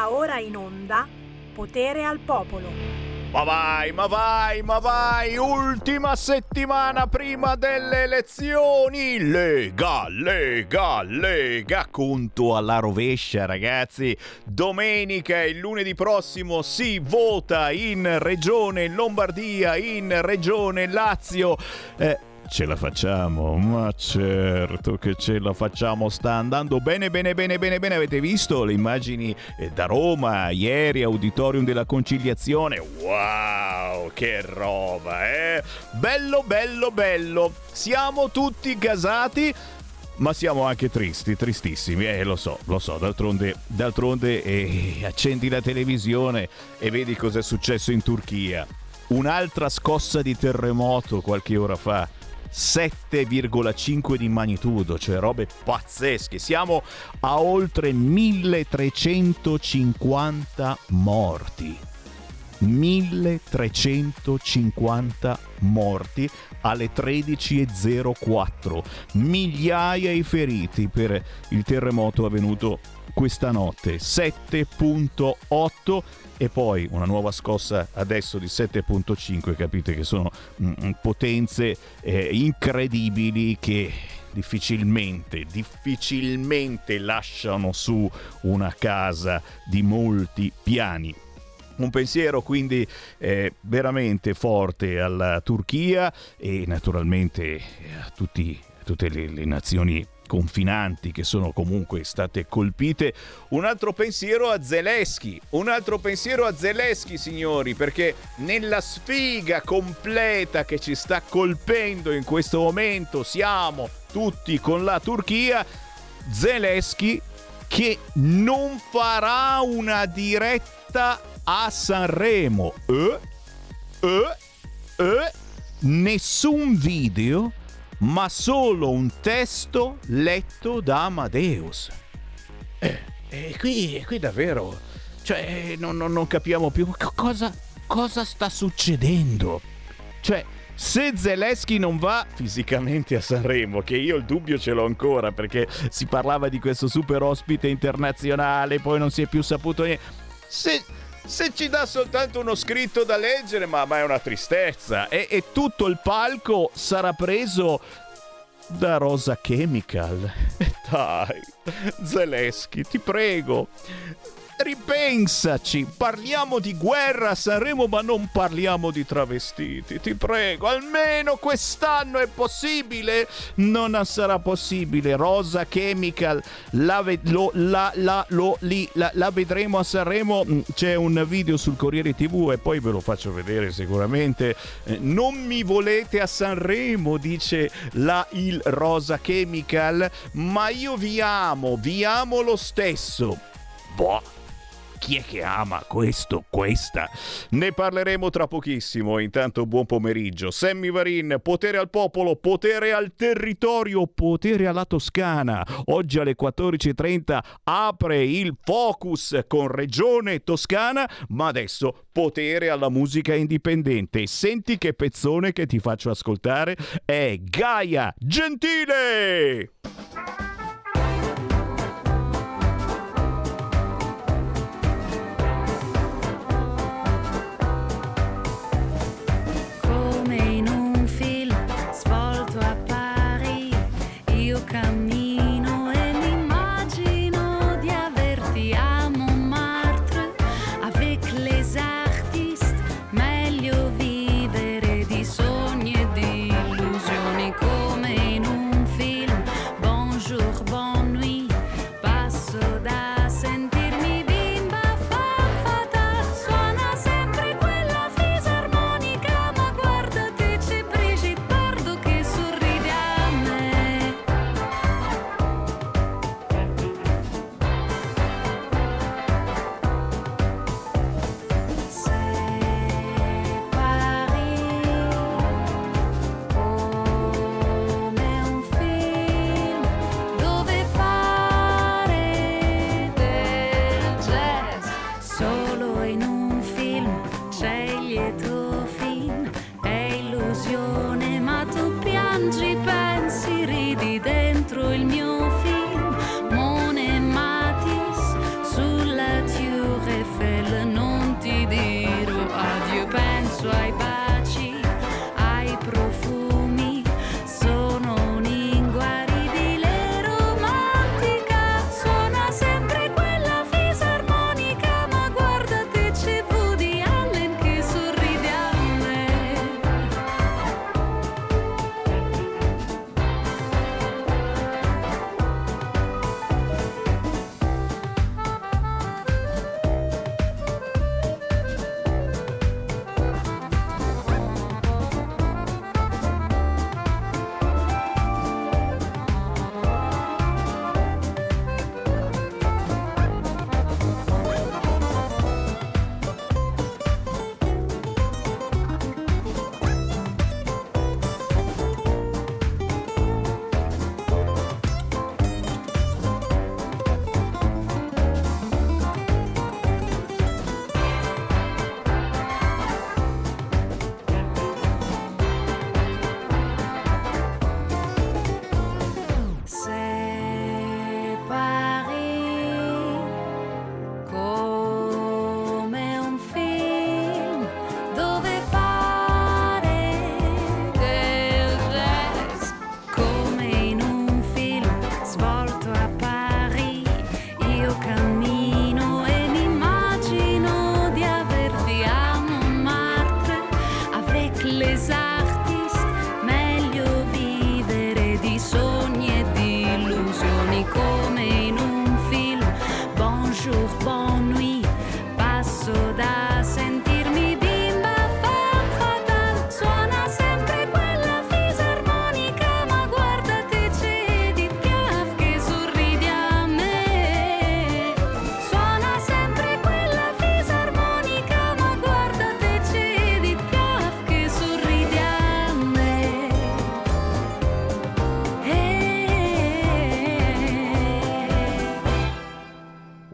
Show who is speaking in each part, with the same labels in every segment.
Speaker 1: Va ora in onda Potere al Popolo.
Speaker 2: Ma vai, ultima settimana prima delle elezioni. Lega, conto alla rovescia, ragazzi. Domenica e lunedì prossimo si vota in Regione Lombardia, in Regione Lazio. Ce la facciamo? Ma certo che ce la facciamo, sta andando bene. Avete visto le immagini da Roma ieri, Auditorium della Conciliazione? Wow, che roba, eh? Bello. Siamo tutti gasati, ma siamo anche tristissimi, lo so, d'altronde accendi la televisione e vedi cosa è successo in Turchia. Un'altra scossa di terremoto qualche ora fa. 7,5 di magnitudo, cioè robe pazzesche. Siamo a oltre 1350 morti. 1350 morti alle 13:04. Migliaia i feriti per il terremoto avvenuto questa notte. 7,8 e poi una nuova scossa adesso di 7,5. Capite che sono potenze incredibili che difficilmente lasciano su una casa di molti piani. Un pensiero quindi veramente forte alla Turchia e naturalmente a tutte le nazioni confinanti che sono comunque state colpite. Un altro pensiero a Zelensky, signori, perché nella sfiga completa che ci sta colpendo in questo momento siamo tutti con la Turchia. Zelensky che non farà una diretta a Sanremo, nessun video, ma solo un testo letto da Amadeus. E qui davvero, cioè non capiamo più cosa sta succedendo. Cioè, se Zelensky non va fisicamente a Sanremo, che io il dubbio ce l'ho ancora, perché si parlava di questo super ospite internazionale, poi non si è più saputo niente. Se ci dà soltanto uno scritto da leggere, ma è una tristezza. E tutto il palco sarà preso da Rosa Chemical. Dai, Zelensky, ti prego, ripensaci. Parliamo di guerra a Sanremo, ma non parliamo di travestiti, ti prego. Almeno quest'anno è possibile? Non sarà possibile. Rosa Chemical la vedremo a Sanremo. C'è un video sul Corriere TV e poi ve lo faccio vedere sicuramente. Non mi volete a Sanremo, dice il Rosa Chemical, ma io vi amo lo stesso. Boh. Chi è che ama questa? Ne parleremo tra pochissimo. Intanto buon pomeriggio. Sammy Varin, potere al popolo, potere al territorio, potere alla Toscana. Oggi alle 14:30 apre il Focus con Regione Toscana, ma adesso potere alla musica indipendente. Senti che pezzone che ti faccio ascoltare, è Gaia Gentile!
Speaker 3: Cammino e mi immagino di averti a Montmartre avec les artistes, meglio vivere di sogni e di illusioni come in un film. Bonjour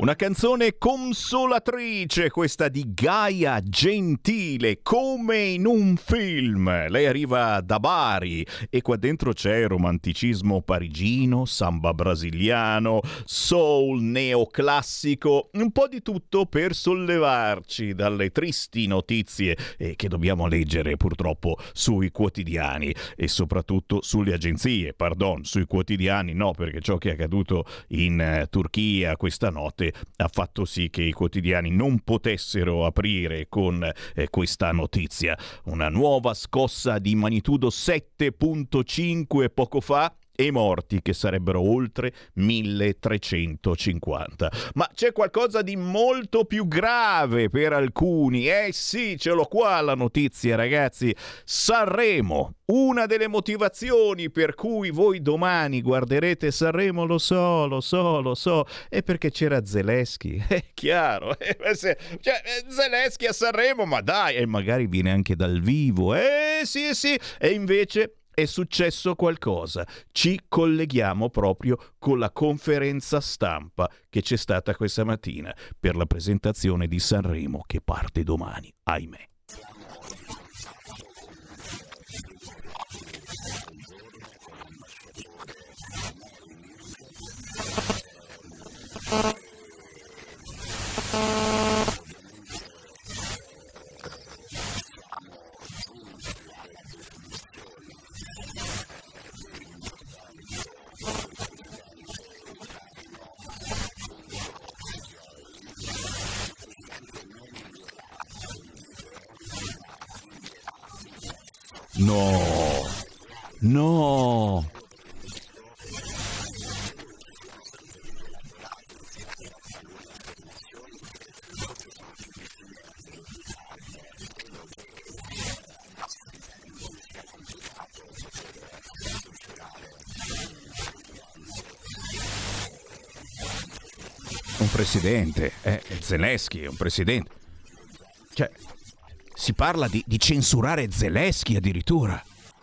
Speaker 2: Una canzone consolatrice, questa di Gaia Gentile, come in un film. Lei arriva da Bari e qua dentro c'è romanticismo parigino, samba brasiliano, soul neoclassico, un po' di tutto per sollevarci dalle tristi notizie che dobbiamo leggere purtroppo sui quotidiani e soprattutto sulle agenzie, sui quotidiani no, perché ciò che è accaduto in Turchia questa notte ha fatto sì che i quotidiani non potessero aprire con questa notizia. Una nuova scossa di magnitudo 7.5 poco fa e morti che sarebbero oltre 1350. Ma c'è qualcosa di molto più grave per alcuni. Sì, ce l'ho qua la notizia, ragazzi. Sanremo, una delle motivazioni per cui voi domani guarderete Sanremo, lo so, è perché c'era Zelensky, è chiaro. Zelensky a Sanremo, ma dai, e magari viene anche dal vivo. Sì, e invece è successo qualcosa. Ci colleghiamo proprio con la conferenza stampa che c'è stata questa mattina per la presentazione di Sanremo che parte domani, ahimè. No. Un presidente, Zelensky è un presidente. Cioè, si parla di censurare Zelensky addirittura.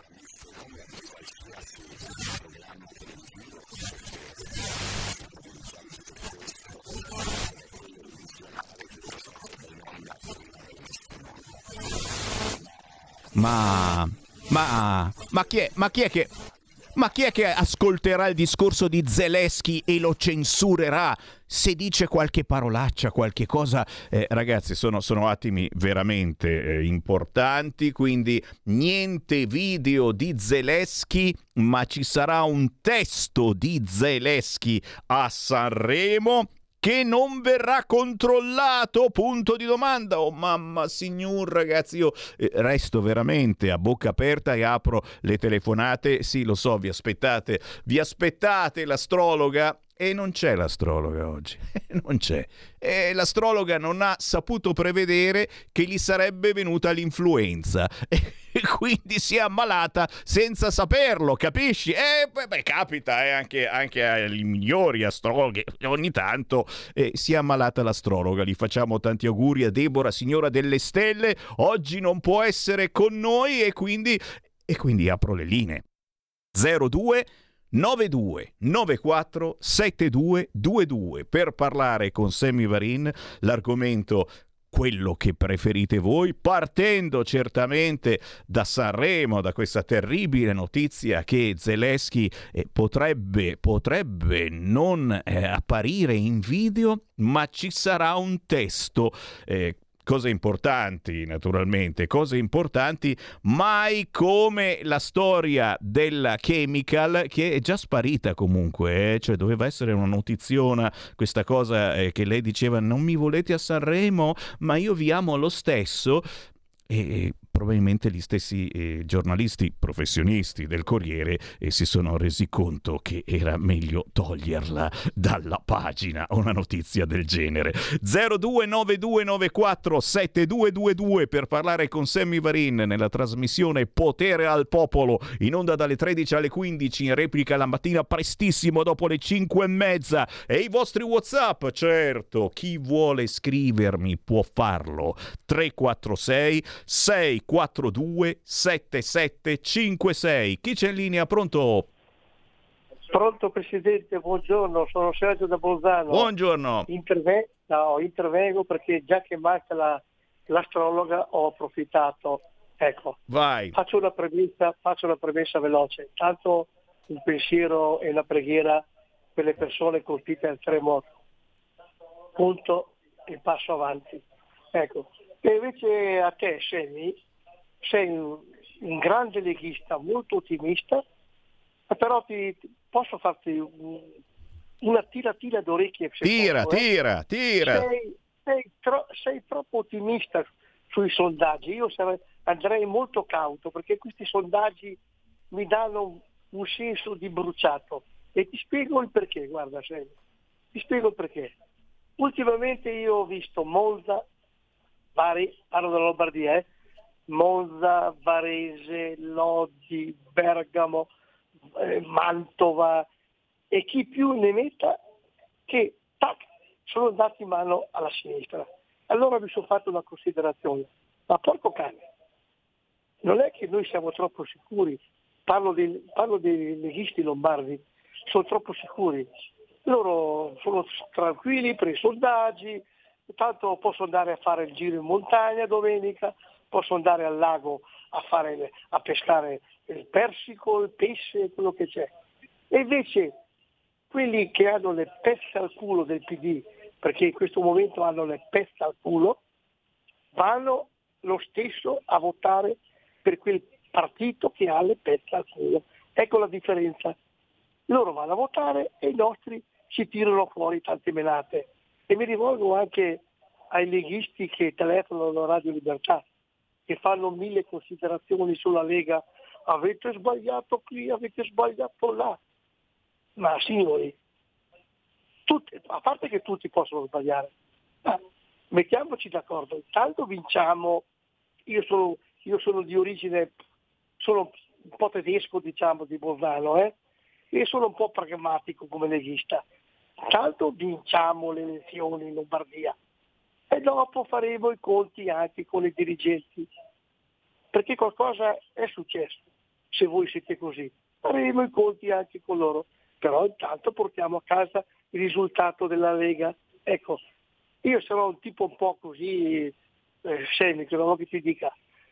Speaker 2: Ma chi è che ascolterà il discorso di Zelensky e lo censurerà se dice qualche parolaccia, qualche cosa? Ragazzi, sono attimi veramente importanti, quindi niente video di Zelensky, ma ci sarà un testo di Zelensky a Sanremo che non verrà controllato, punto di domanda. Oh mamma signor, ragazzi, io resto veramente a bocca aperta e apro le telefonate. Sì, lo so, vi aspettate l'astrologa. E non c'è l'astrologa oggi, non c'è. E l'astrologa non ha saputo prevedere che gli sarebbe venuta l'influenza e quindi si è ammalata senza saperlo, capisci? Capita anche ai migliori astrologhi, ogni tanto si è ammalata l'astrologa. Gli facciamo tanti auguri a Deborah, signora delle stelle, oggi non può essere con noi e quindi apro le linee. 02 92 94 7222 per parlare con Sammy Varin, l'argomento quello che preferite voi, partendo certamente da Sanremo, da questa terribile notizia che Zelensky potrebbe non apparire in video, ma ci sarà un testo. Cose importanti, naturalmente, mai come la storia della Chemical, che è già sparita comunque, cioè doveva essere una notiziona, questa cosa che lei diceva, non mi volete a Sanremo, ma io vi amo lo stesso, e probabilmente gli stessi giornalisti professionisti del Corriere si sono resi conto che era meglio toglierla dalla pagina una notizia del genere. 0292947222 per parlare con Sammy Varin nella trasmissione Potere al Popolo, in onda dalle 13 alle 15, in replica la mattina prestissimo dopo le 5:30, e i vostri WhatsApp, certo, chi vuole scrivermi può farlo. 346 642 7756. Chi c'è in linea? Pronto?
Speaker 4: Pronto Presidente, buongiorno, sono Sergio da Bolzano.
Speaker 2: Buongiorno.
Speaker 4: Intervengo perché già che manca l'astrologa ho approfittato. Ecco,
Speaker 2: Vai.
Speaker 4: faccio una premessa veloce. Tanto un pensiero e una preghiera per le persone colpite dal terremoto. Punto e passo avanti. Ecco. E invece a te, sei un grande leghista, molto ottimista, però posso farti una tiratina d'orecchie?
Speaker 2: Tira.
Speaker 4: Sei troppo ottimista sui sondaggi. Io andrei molto cauto, perché questi sondaggi mi danno un senso di bruciato. E ti spiego il perché, guarda, ti spiego il perché. Ultimamente io ho visto Monza, Bari, parlo della Lombardia, Monza, Varese, Lodi, Bergamo, Mantova e chi più ne metta, che sono andati in mano alla sinistra. Allora mi sono fatto una considerazione, ma porco cane, non è che noi siamo troppo sicuri, parlo dei leghisti lombardi, sono troppo sicuri, loro sono tranquilli per i sondaggi, tanto posso andare a fare il giro in montagna domenica, posso andare al lago a pescare il persico, il pesce, quello che c'è. E invece quelli che hanno le pezze al culo del PD, perché in questo momento hanno le pezze al culo, vanno lo stesso a votare per quel partito che ha le pezze al culo. Ecco la differenza. Loro vanno a votare e i nostri ci tirano fuori tante menate. E mi rivolgo anche ai leghisti che telefonano alla Radio Libertà, che fanno 1000 considerazioni sulla Lega. Avete sbagliato qui, avete sbagliato là. Ma signori, a parte che tutti possono sbagliare, ma mettiamoci d'accordo, intanto vinciamo. Io sono di origine, sono un po' tedesco, diciamo, di Bolzano, e sono un po' pragmatico come leghista. Intanto vinciamo le elezioni in Lombardia e dopo faremo i conti anche con i dirigenti, perché qualcosa è successo. Se voi siete così, faremo i conti anche con loro, però intanto portiamo a casa il risultato della Lega. Ecco, io sarò un tipo un po' così semplice, non ho che ti dica.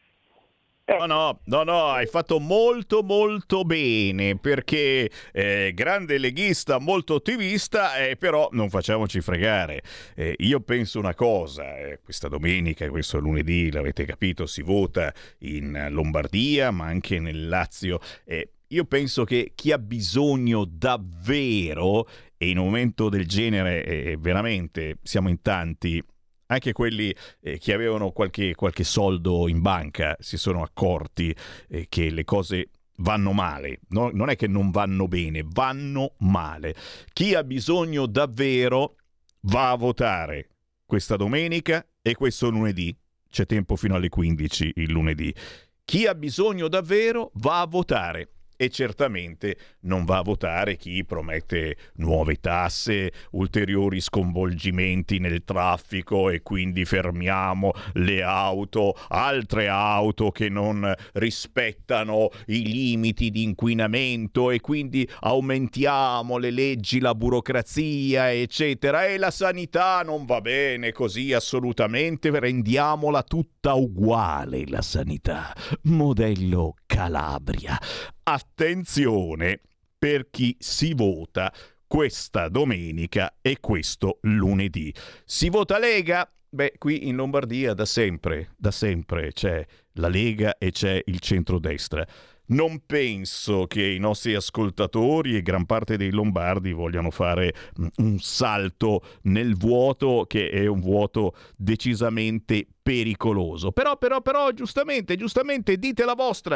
Speaker 2: No, hai fatto molto molto bene, perché grande leghista, molto ottimista, però non facciamoci fregare. Io penso una cosa, questa domenica, questo lunedì, l'avete capito, si vota in Lombardia, ma anche nel Lazio. Io penso che chi ha bisogno davvero, e in un momento del genere veramente siamo in tanti, anche quelli che avevano qualche soldo in banca si sono accorti che le cose vanno male. No? Non è che non vanno bene, vanno male. Chi ha bisogno davvero va a votare questa domenica e questo lunedì. C'è tempo fino alle 15 il lunedì. Chi ha bisogno davvero va a votare. E certamente non va a votare chi promette nuove tasse, ulteriori sconvolgimenti nel traffico e quindi fermiamo le auto, altre auto che non rispettano i limiti di inquinamento e quindi aumentiamo le leggi, la burocrazia, eccetera. E la sanità non va bene così assolutamente, rendiamola tutta uguale la sanità. Modello Calabria. Attenzione per chi si vota questa domenica e questo lunedì. Si vota Lega? Beh, qui in Lombardia da sempre c'è la Lega e c'è il centrodestra. Non penso che i nostri ascoltatori e gran parte dei lombardi vogliano fare un salto nel vuoto, che è un vuoto decisamente pericoloso. Però giustamente dite la vostra.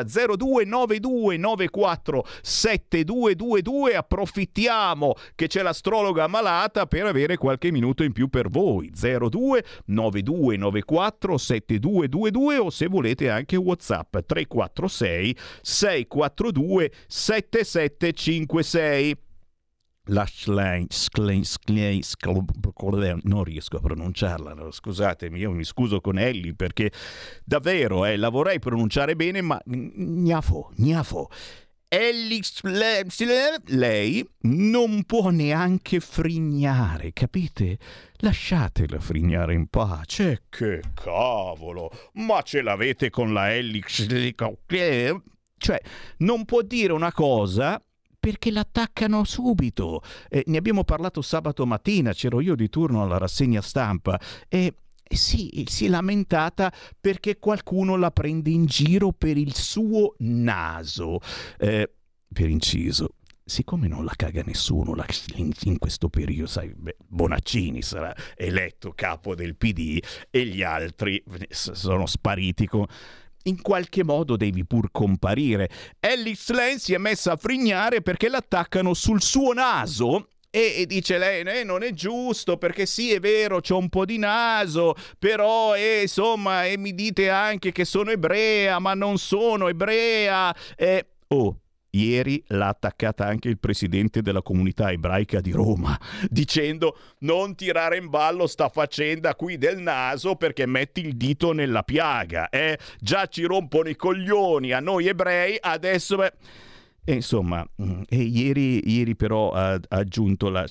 Speaker 2: 0292947222. Approfittiamo che c'è l'astrologa malata per avere qualche minuto in più per voi. 0292947222, o se volete anche WhatsApp 346 642 7756. Non riesco a pronunciarla, scusatemi, io mi scuso con Ellie perché davvero la vorrei pronunciare bene, ma gnafo. lei non può neanche frignare, capite? Lasciatela frignare in pace. Che cavolo, ma ce l'avete con la Elix? Cioè, non può dire una cosa perché l'attaccano subito. Ne abbiamo parlato sabato mattina, c'ero io di turno alla rassegna stampa e sì, si è lamentata perché qualcuno la prende in giro per il suo naso. Per inciso, siccome non la caga nessuno in questo periodo, sai, Bonaccini sarà eletto capo del PD e gli altri sono spariti in qualche modo devi pur comparire. Ellis Lane si è messa a frignare perché l'attaccano sul suo naso e dice lei non è giusto perché sì è vero c'ho un po' di naso però insomma mi dite anche che sono ebrea ma non sono ebrea ieri l'ha attaccata anche il presidente della comunità ebraica di Roma, dicendo non tirare in ballo sta faccenda qui del naso perché metti il dito nella piaga, già ci rompono i coglioni a noi ebrei, adesso... E insomma, ieri però ha aggiunto la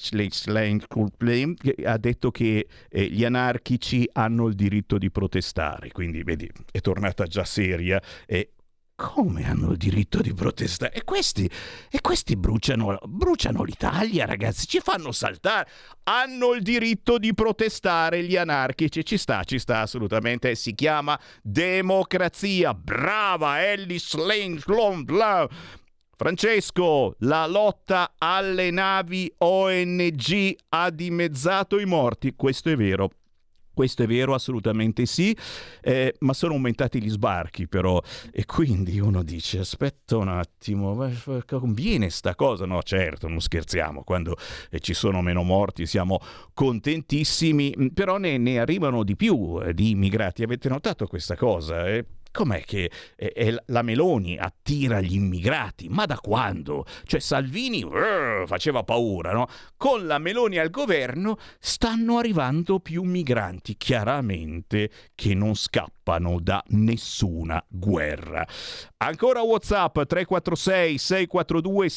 Speaker 2: ha detto che gli anarchici hanno il diritto di protestare, quindi vedi, è tornata già seria come hanno il diritto di protestare? E questi bruciano l'Italia, ragazzi, ci fanno saltare. Hanno il diritto di protestare gli anarchici, ci sta assolutamente, si chiama democrazia. Brava Ellis Lane. Francesco, la lotta alle navi ONG ha dimezzato i morti, questo è vero. Questo è vero, assolutamente sì, ma sono aumentati gli sbarchi però, e quindi uno dice aspetta un attimo, conviene sta cosa? No, certo, non scherziamo, quando ci sono meno morti siamo contentissimi, però ne arrivano di più di immigrati, avete notato questa cosa? Com'è che la Meloni attira gli immigrati? Ma da quando? Cioè Salvini faceva paura, no? Con la Meloni al governo stanno arrivando più migranti, chiaramente che non scappano da nessuna guerra. Ancora WhatsApp 346 642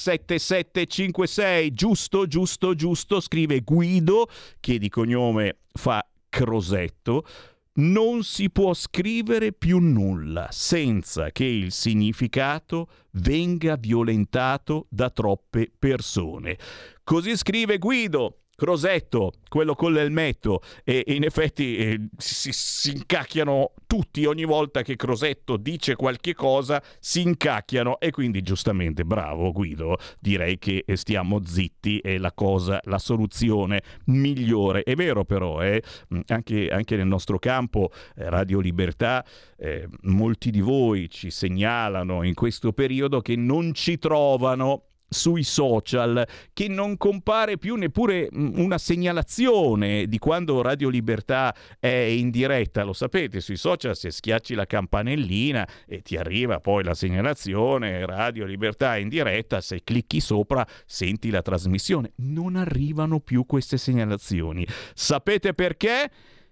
Speaker 2: 7756, giusto, scrive Guido, che di cognome fa Crosetto. Non si può scrivere più nulla senza che il significato venga violentato da troppe persone. Così scrive Guido Crosetto, quello con l'elmetto, e in effetti si incacchiano tutti ogni volta che Crosetto dice qualche cosa, si incacchiano, e quindi giustamente bravo Guido, direi che stiamo zitti, è la soluzione migliore. È vero però, anche nel nostro campo Radio Libertà, molti di voi ci segnalano in questo periodo che non ci trovano sui social, che non compare più neppure una segnalazione di quando Radio Libertà è in diretta. Lo sapete, sui social se schiacci la campanellina e ti arriva poi la segnalazione Radio Libertà in diretta, se clicchi sopra senti la trasmissione. Non arrivano più queste segnalazioni. Sapete perché?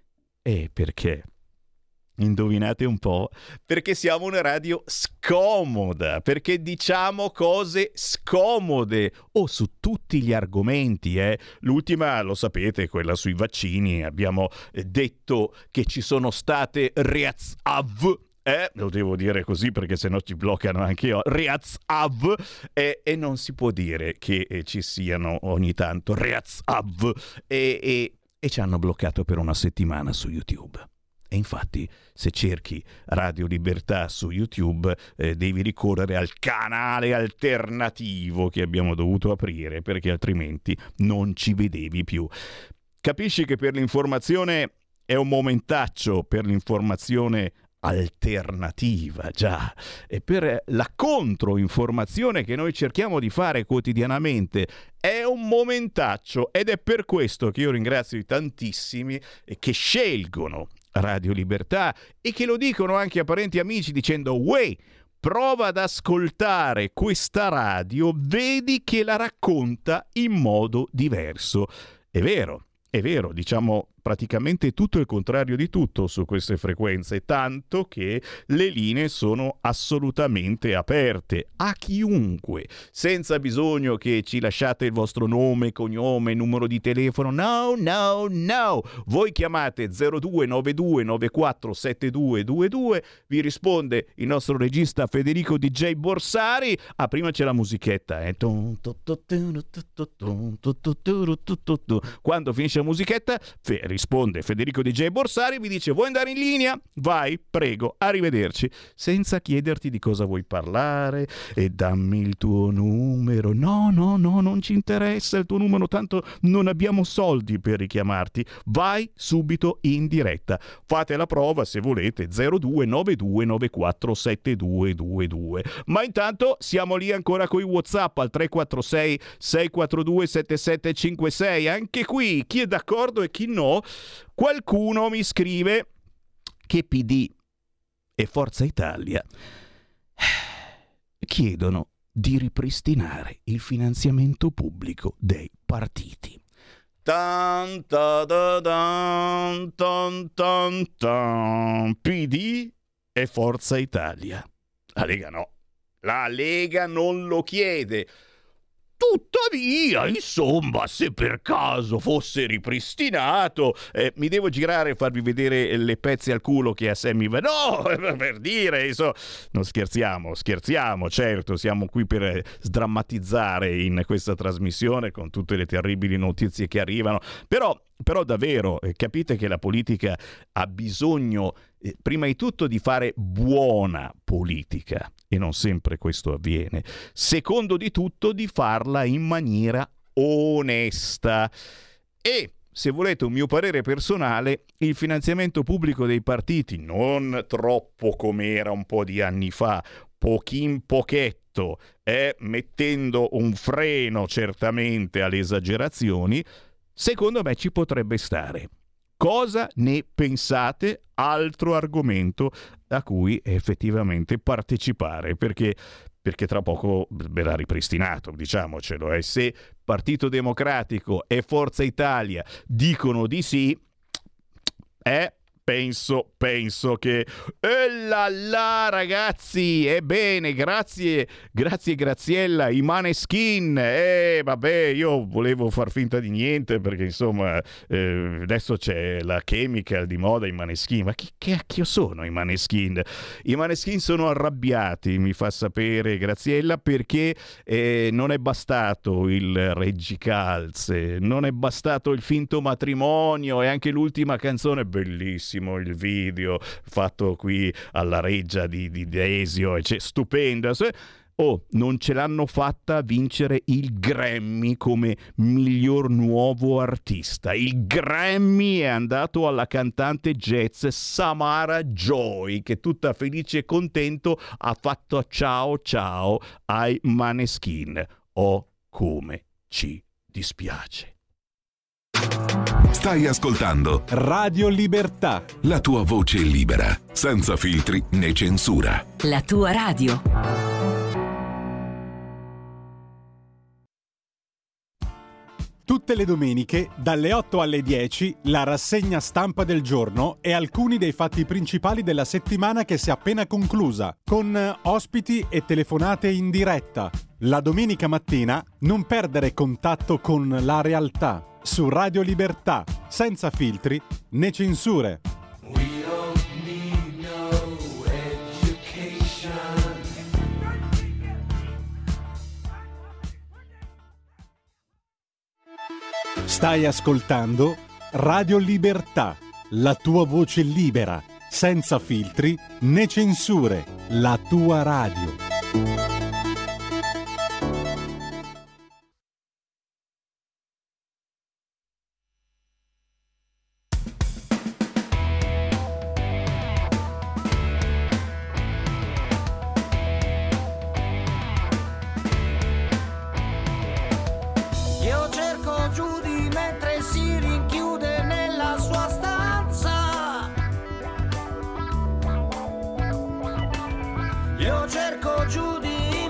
Speaker 2: Perché? Indovinate un po'? Perché siamo una radio scomoda, perché diciamo cose scomode su tutti gli argomenti. L'ultima, lo sapete, quella sui vaccini, abbiamo detto che ci sono state reazioni. Lo devo dire così perché sennò ci bloccano anche io. Reazav, e non si può dire che ci siano ogni tanto Reazav, e ci hanno bloccato per una settimana su YouTube. E infatti se cerchi Radio Libertà su YouTube devi ricorrere al canale alternativo che abbiamo dovuto aprire, perché altrimenti non ci vedevi più. Capisci che per l'informazione è un momentaccio, per l'informazione alternativa, già, e per la controinformazione che noi cerchiamo di fare quotidianamente è un momentaccio, ed è per questo che io ringrazio i tantissimi che scelgono Radio Libertà e che lo dicono anche a parenti e amici dicendo: uè, prova ad ascoltare questa radio, vedi che la racconta in modo diverso. È vero, È vero, diciamo praticamente tutto il contrario di tutto su queste frequenze, tanto che le linee sono assolutamente aperte a chiunque, senza bisogno che ci lasciate il vostro nome, cognome, numero di telefono. No, voi chiamate 0292 94 7222, vi risponde il nostro regista Federico DJ Borsari. Prima c'è la musichetta, quando finisce la musichetta risponde Federico DJ Borsari, vi dice: vuoi andare in linea? Vai, prego, arrivederci, senza chiederti di cosa vuoi parlare e dammi il tuo numero. No, non ci interessa il tuo numero, tanto non abbiamo soldi per richiamarti. Vai subito in diretta, fate la prova se volete, 0292 94 7222. Ma intanto siamo lì ancora con i WhatsApp al 346 642 7756. Anche qui chi è d'accordo e chi no. Qualcuno mi scrive che PD e Forza Italia chiedono di ripristinare il finanziamento pubblico dei partiti. PD e Forza Italia. La Lega no. La Lega non lo chiede. Tuttavia, insomma, se per caso fosse ripristinato, mi devo girare e farvi vedere le pezze al culo che a Sammy va. No, per dire, insomma, non scherziamo, certo, siamo qui per sdrammatizzare in questa trasmissione con tutte le terribili notizie che arrivano, però davvero capite che la politica ha bisogno prima di tutto di fare buona politica, e non sempre questo avviene. Secondo di tutto, di farla in maniera onesta. E se volete un mio parere personale, il finanziamento pubblico dei partiti, non troppo come era un po' di anni fa, pochin pochetto, mettendo un freno certamente alle esagerazioni, secondo me ci potrebbe stare. Cosa ne pensate? Altro argomento a cui effettivamente partecipare, perché tra poco verrà ripristinato, diciamocelo. Se Partito Democratico e Forza Italia dicono di sì, penso che là ragazzi, ebbene, grazie Graziella, i Maneskin, vabbè, io volevo far finta di niente perché insomma adesso c'è la Chemical di moda, i Maneskin, ma chi cacchio sono i Maneskin? I Maneskin sono arrabbiati, mi fa sapere Graziella, perché non è bastato il reggicalze, non è bastato il finto matrimonio, e anche l'ultima canzone, bellissima, il video fatto qui alla reggia di Desio, stupenda. Non ce l'hanno fatta vincere il Grammy come miglior nuovo artista. Il Grammy è andato alla cantante jazz Samara Joy, che tutta felice e contento ha fatto ciao ai Maneskin. Come ci dispiace.
Speaker 5: Stai ascoltando
Speaker 6: Radio Libertà,
Speaker 5: la tua voce libera, senza filtri né censura.
Speaker 7: La tua radio.
Speaker 6: Tutte le domeniche, dalle 8 alle 10, la rassegna stampa del giorno e alcuni dei fatti principali della settimana che si è appena conclusa, con ospiti e telefonate in diretta. La domenica mattina non perdere contatto con la realtà. Su Radio Libertà, senza filtri né censure. Stai ascoltando Radio Libertà, la tua voce libera, senza filtri né censure, la tua radio.
Speaker 8: Io cerco Giudy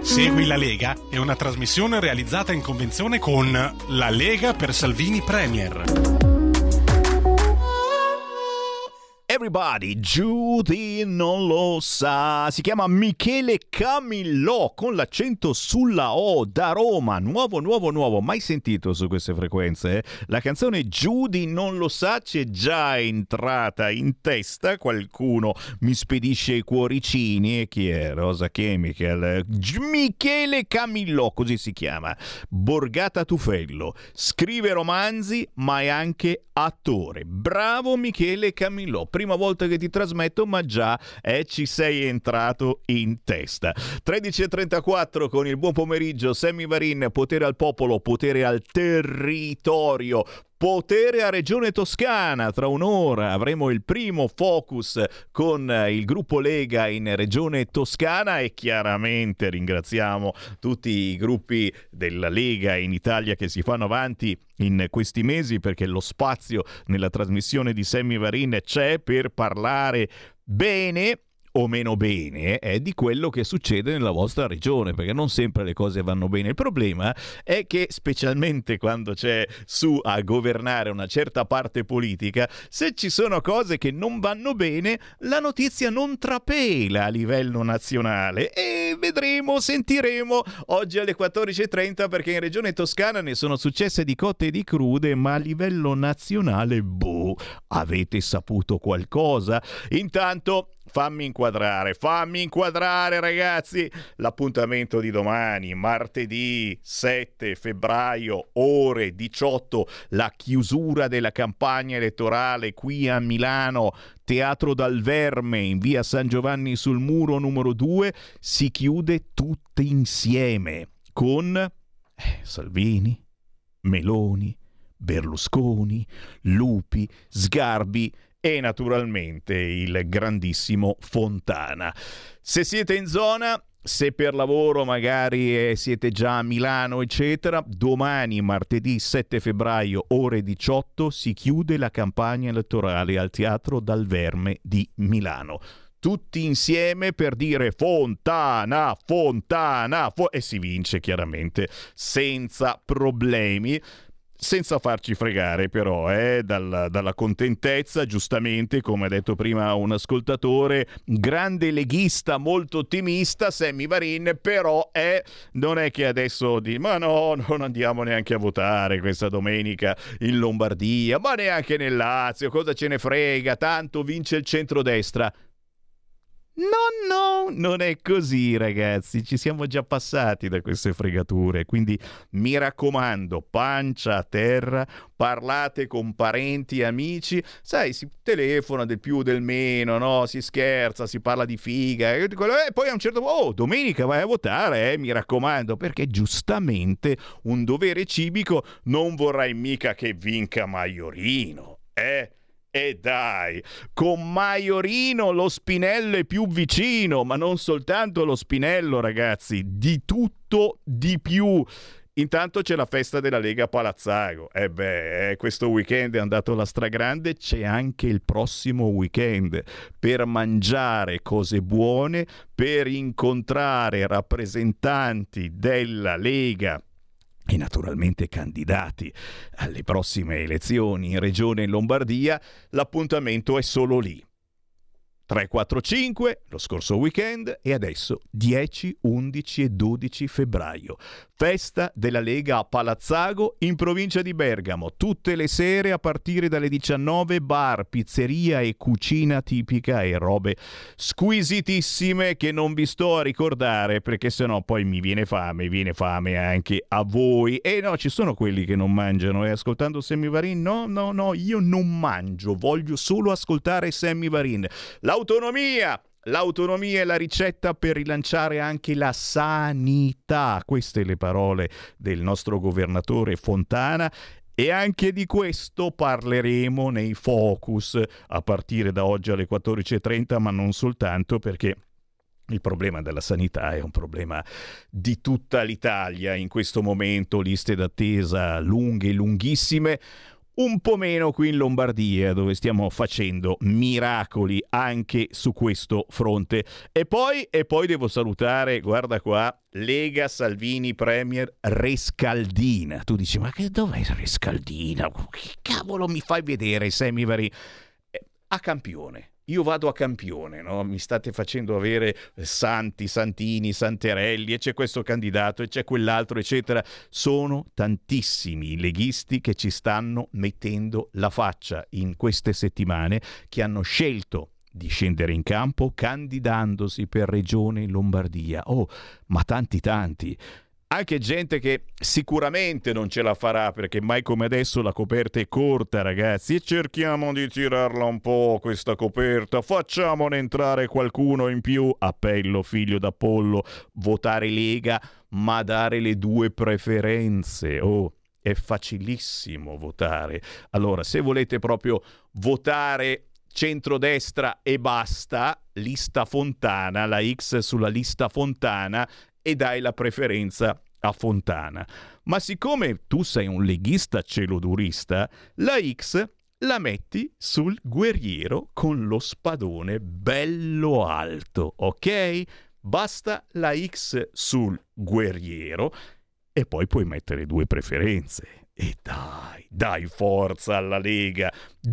Speaker 6: Segui la Lega è una trasmissione realizzata in convenzione con La Lega per Salvini Premier.
Speaker 2: Everybody, Judy non lo sa, si chiama Michele Camillò con l'accento sulla O, da Roma, nuovo, mai sentito su queste frequenze. La canzone Judy non lo sa c'è già entrata in testa, qualcuno mi spedisce i cuoricini, e chi è? Rosa Chemical, Michele Camillò, così si chiama, Borgata Tufello, scrive romanzi ma è anche attore. Bravo Michele Camillò, prima volta che ti trasmetto ma già ci sei entrato in testa. 13:34 con il buon pomeriggio. Sammy Varin, potere al popolo, potere al territorio, potere a Regione Toscana. Tra un'ora avremo il primo focus con il gruppo Lega in Regione Toscana e chiaramente ringraziamo tutti i gruppi della Lega in Italia che si fanno avanti in questi mesi, perché lo spazio nella trasmissione di Sammy Varin c'è per parlare bene o meno bene di quello che succede nella vostra regione, perché non sempre le cose vanno bene. Il problema è che, specialmente quando c'è su a governare una certa parte politica, se ci sono cose che non vanno bene, la notizia non trapela a livello nazionale, e vedremo, sentiremo oggi alle 14:30, perché in Regione Toscana ne sono successe di cotte e di crude, ma a livello nazionale, avete saputo qualcosa? Intanto fammi inquadrare ragazzi l'appuntamento di domani, martedì 7 febbraio, ore 18, la chiusura della campagna elettorale qui a Milano, Teatro Dal Verme in via San Giovanni sul Muro numero 2, si chiude tutti insieme con Salvini, Meloni, Berlusconi, Lupi, Sgarbi e naturalmente il grandissimo Fontana. Se siete in zona, se per lavoro magari siete già a Milano eccetera, domani martedì 7 febbraio ore 18 si chiude la campagna elettorale al Teatro Dal Verme di Milano. Tutti insieme per dire Fontana, e si vince chiaramente senza problemi. Senza farci fregare però dalla contentezza, giustamente, come ha detto prima un ascoltatore, grande leghista molto ottimista Sammy Varin, però non è che adesso ma no, non andiamo neanche a votare questa domenica in Lombardia, ma neanche nel Lazio, cosa ce ne frega, tanto vince il centrodestra. No, non è così ragazzi, ci siamo già passati da queste fregature, quindi mi raccomando, pancia a terra, parlate con parenti e amici, sai, si telefona del più del meno, no? Si scherza, si parla di figa, e poi a un certo punto, domenica vai a votare, mi raccomando, perché giustamente un dovere civico, non vorrai mica che vinca Maiorino, E dai, con Maiorino lo Spinello è più vicino, ma non soltanto lo Spinello ragazzi, di tutto di più. Intanto c'è la festa della Lega a Palazzago, questo weekend è andato alla stragrande, c'è anche il prossimo weekend per mangiare cose buone, per incontrare rappresentanti della Lega e naturalmente candidati alle prossime elezioni in Regione Lombardia. L'appuntamento è solo lì. 3, 4, 5 lo scorso weekend e adesso 10, 11 e 12 febbraio. Festa della Lega a Palazzago in provincia di Bergamo. Tutte le sere a partire dalle 19, bar, pizzeria e cucina tipica e robe squisitissime che non vi sto a ricordare perché sennò poi mi viene fame anche a voi. E no, ci sono quelli che non mangiano e ascoltando Sammy Varin, no, io non mangio, voglio solo ascoltare Sammy Varin. L'autonomia è la ricetta per rilanciare anche la sanità. Queste le parole del nostro governatore Fontana e anche di questo parleremo nei focus a partire da oggi alle 14:30, ma non soltanto, perché il problema della sanità è un problema di tutta l'Italia in questo momento, liste d'attesa lunghe, lunghissime. un po' meno qui in Lombardia, dove stiamo facendo miracoli anche su questo fronte. E poi devo salutare, guarda qua, Lega Salvini Premier Rescaldina. Tu dici, ma dov'è Rescaldina? Che cavolo mi fai vedere, Semivari? A Campione. Io vado a Campione, no? Mi state facendo avere Santi, Santini, Santerelli, e c'è questo candidato e c'è quell'altro, eccetera. Sono tantissimi i leghisti che ci stanno mettendo la faccia in queste settimane, che hanno scelto di scendere in campo candidandosi per Regione Lombardia. Oh, ma tanti. Anche gente che sicuramente non ce la farà, perché mai come adesso la coperta è corta, ragazzi, e cerchiamo di tirarla un po' questa coperta, facciamone entrare qualcuno in più. Appello, figlio d'Apollo, votare Lega, ma dare le 2 preferenze. Oh, è facilissimo votare. Allora, se volete proprio votare centrodestra e basta, lista Fontana, la X sulla lista Fontana, e dai la preferenza a Fontana. Ma siccome tu sei un leghista celodurista, la X la metti sul guerriero con lo spadone bello alto, ok? Basta la X sul guerriero e poi puoi mettere 2 preferenze. E dai forza alla Lega.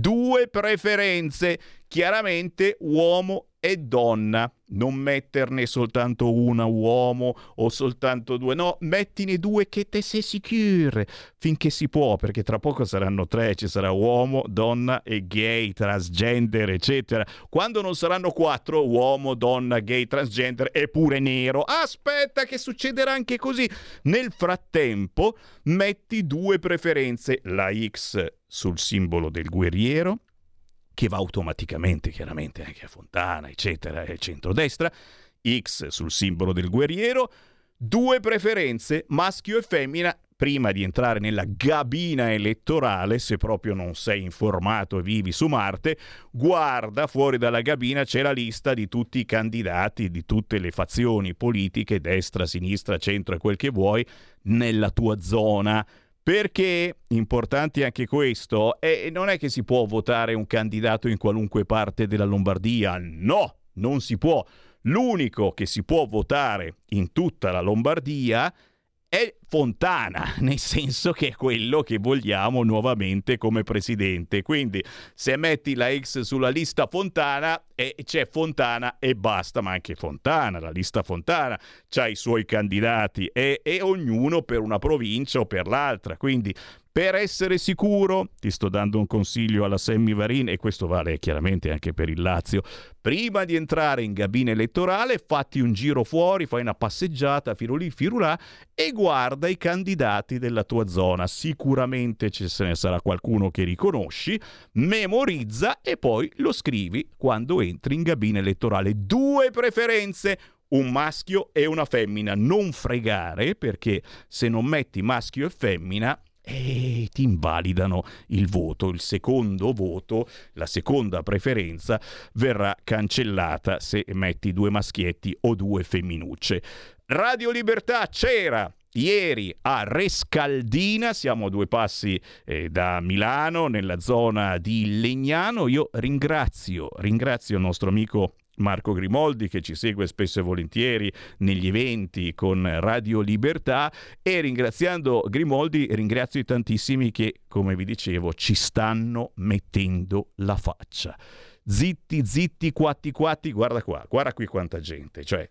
Speaker 2: 2 preferenze, chiaramente uomo e donna. Non metterne soltanto una uomo o soltanto 2, no, mettine 2 che te sei sicuro, finché si può, perché tra poco saranno 3, ci sarà uomo, donna e gay, transgender, eccetera. Quando non saranno 4, uomo, donna, gay, transgender e pure nero. Aspetta che succederà anche così. Nel frattempo metti 2 preferenze, la X sul simbolo del guerriero, che va automaticamente chiaramente anche a Fontana, eccetera, e centrodestra, X sul simbolo del guerriero, 2 preferenze, maschio e femmina. Prima di entrare nella gabina elettorale, se proprio non sei informato e vivi su Marte, guarda, fuori dalla gabina c'è la lista di tutti i candidati, di tutte le fazioni politiche, destra, sinistra, centro e quel che vuoi, nella tua zona. Perché, importante anche questo, non è che si può votare un candidato in qualunque parte della Lombardia, no, non si può. L'unico che si può votare in tutta la Lombardia è Fontana, nel senso che è quello che vogliamo nuovamente come presidente. Quindi se metti la X sulla lista Fontana, c'è Fontana e basta, ma anche Fontana, la lista Fontana, c'ha i suoi candidati e ognuno per una provincia o per l'altra. Quindi per essere sicuro, ti sto dando un consiglio alla Semivarin, e questo vale chiaramente anche per il Lazio: prima di entrare in gabina elettorale fatti un giro fuori, fai una passeggiata, firulì, firulà, e guarda i candidati della tua zona. Sicuramente ce ne sarà qualcuno che riconosci, memorizza e poi lo scrivi quando entri in gabina elettorale. 2 preferenze, un maschio e una femmina. Non fregare, perché se non metti maschio e femmina ti invalidano il voto. Il secondo voto, la seconda preferenza, verrà cancellata se metti 2 maschietti o 2 femminucce. Radio Libertà c'era ieri a Rescaldina, siamo a 2 passi da Milano, nella zona di Legnano. Io ringrazio il nostro amico Marco Grimoldi, che ci segue spesso e volentieri negli eventi con Radio Libertà, e ringraziando Grimoldi ringrazio i tantissimi che, come vi dicevo, ci stanno mettendo la faccia. Zitti, quatti, guarda qui quanta gente, cioè,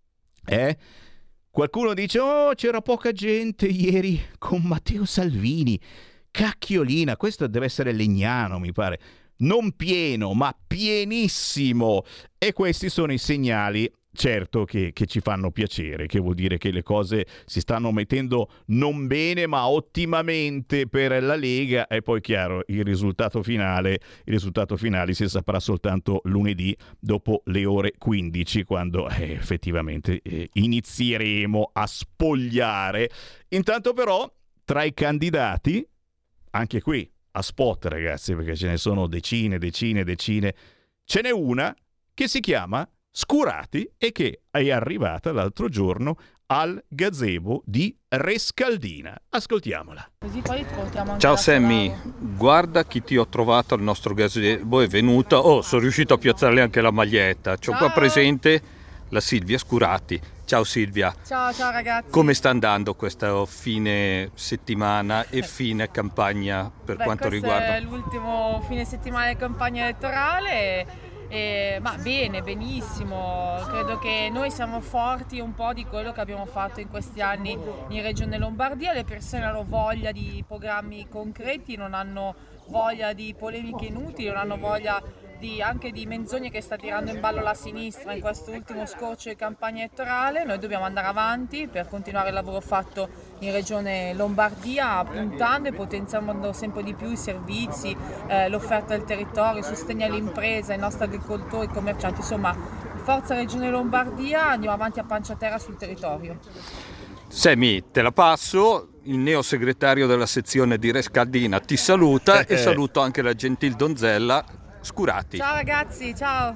Speaker 2: qualcuno dice, c'era poca gente ieri con Matteo Salvini, cacchiolina, questo deve essere Legnano, mi pare. Non pieno, ma pienissimo. E questi sono i segnali, certo, che ci fanno piacere, che vuol dire che le cose si stanno mettendo non bene, ma ottimamente per la Lega. E poi, chiaro, il risultato finale si saprà soltanto lunedì dopo le ore 15, quando effettivamente inizieremo a spogliare. Intanto però, tra i candidati, anche qui, a spot, ragazzi, perché ce ne sono decine, ce n'è una che si chiama Scurati e che è arrivata l'altro giorno al gazebo di Rescaldina. Ascoltiamola.
Speaker 7: Così poi portiamo anche
Speaker 8: Ciao
Speaker 7: la
Speaker 8: Sammy, guarda chi ti ho trovato al nostro gazebo, è venuta. Oh, sono riuscito a piazzarle anche la maglietta. C'ho qua presente la Silvia Scurati. Ciao Silvia.
Speaker 7: Ciao ragazzi.
Speaker 8: Come sta andando questo fine settimana e fine campagna per quanto riguarda?
Speaker 7: Questo è l'ultimo fine settimana di campagna elettorale. Ma bene, benissimo, credo che noi siamo forti un po' di quello che abbiamo fatto in questi anni in Regione Lombardia. Le persone hanno voglia di programmi concreti, non hanno voglia di polemiche inutili, non hanno voglia anche di menzogne che sta tirando in ballo la sinistra in questo ultimo scorcio di campagna elettorale. Noi dobbiamo andare avanti per continuare il lavoro fatto in Regione Lombardia, puntando e potenziando sempre di più i servizi, l'offerta del territorio, il sostegno all'impresa, ai nostri agricoltori, i commercianti. Insomma, forza Regione Lombardia, andiamo avanti a pancia terra sul territorio.
Speaker 8: Sammy, te la passo. Il neo segretario della sezione di Rescaldina ti saluta e saluto anche la gentil donzella Scurati.
Speaker 7: Ciao ragazzi, ciao.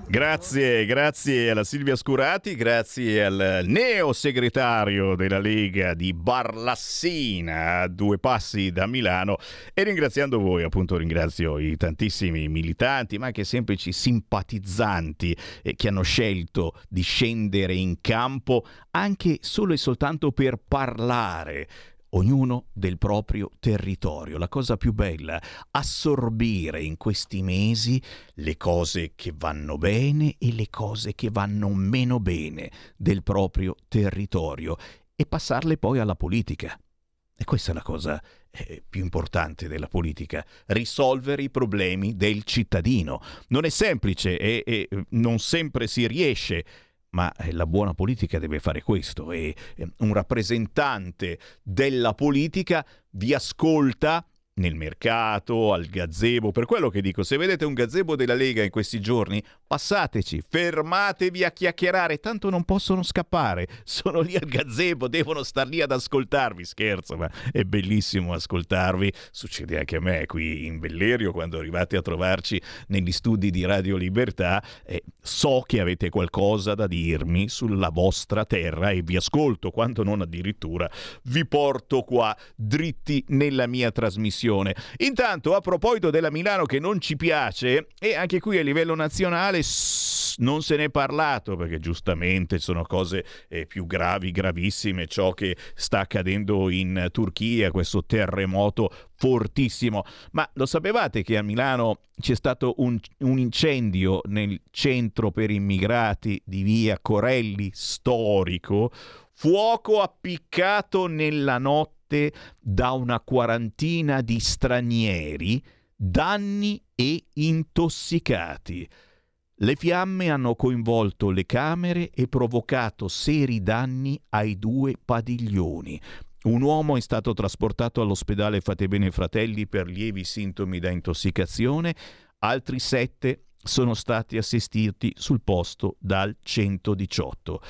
Speaker 2: Grazie alla Silvia Scurati, grazie al neo segretario della Lega di Barlassina, a 2 passi da Milano, e ringraziando voi, appunto ringrazio i tantissimi militanti ma anche semplici simpatizzanti che hanno scelto di scendere in campo anche solo e soltanto per parlare, ognuno del proprio territorio. La cosa più bella, assorbire in questi mesi le cose che vanno bene e le cose che vanno meno bene del proprio territorio e passarle poi alla politica. E questa è la cosa più importante della politica, risolvere i problemi del cittadino. Non è semplice e non sempre si riesce, ma la buona politica deve fare questo, e un rappresentante della politica vi ascolta nel mercato, al gazebo. Per quello che dico, se vedete un gazebo della Lega in questi giorni, passateci, fermatevi a chiacchierare, tanto non possono scappare, sono lì al gazebo, devono star lì ad ascoltarvi. Scherzo, ma è bellissimo ascoltarvi. Succede anche a me qui in Bellerio, quando arrivate a trovarci negli studi di Radio Libertà, so che avete qualcosa da dirmi sulla vostra terra e vi ascolto, quando non addirittura vi porto qua dritti nella mia trasmissione. Intanto, a proposito della Milano che non ci piace, e anche qui a livello nazionale non se n'è parlato, perché giustamente sono cose più gravi, gravissime, ciò che sta accadendo in Turchia, questo terremoto fortissimo. Ma lo sapevate che a Milano c'è stato un incendio nel centro per immigrati di via Corelli storico? Fuoco appiccato nella notte da una quarantina di stranieri, danni e intossicati. Le fiamme hanno coinvolto le camere e provocato seri danni ai 2 padiglioni. Un uomo è stato trasportato all'ospedale Fatebenefratelli Fratelli per lievi sintomi da intossicazione, altri 7 sono stati assistiti sul posto dal 118.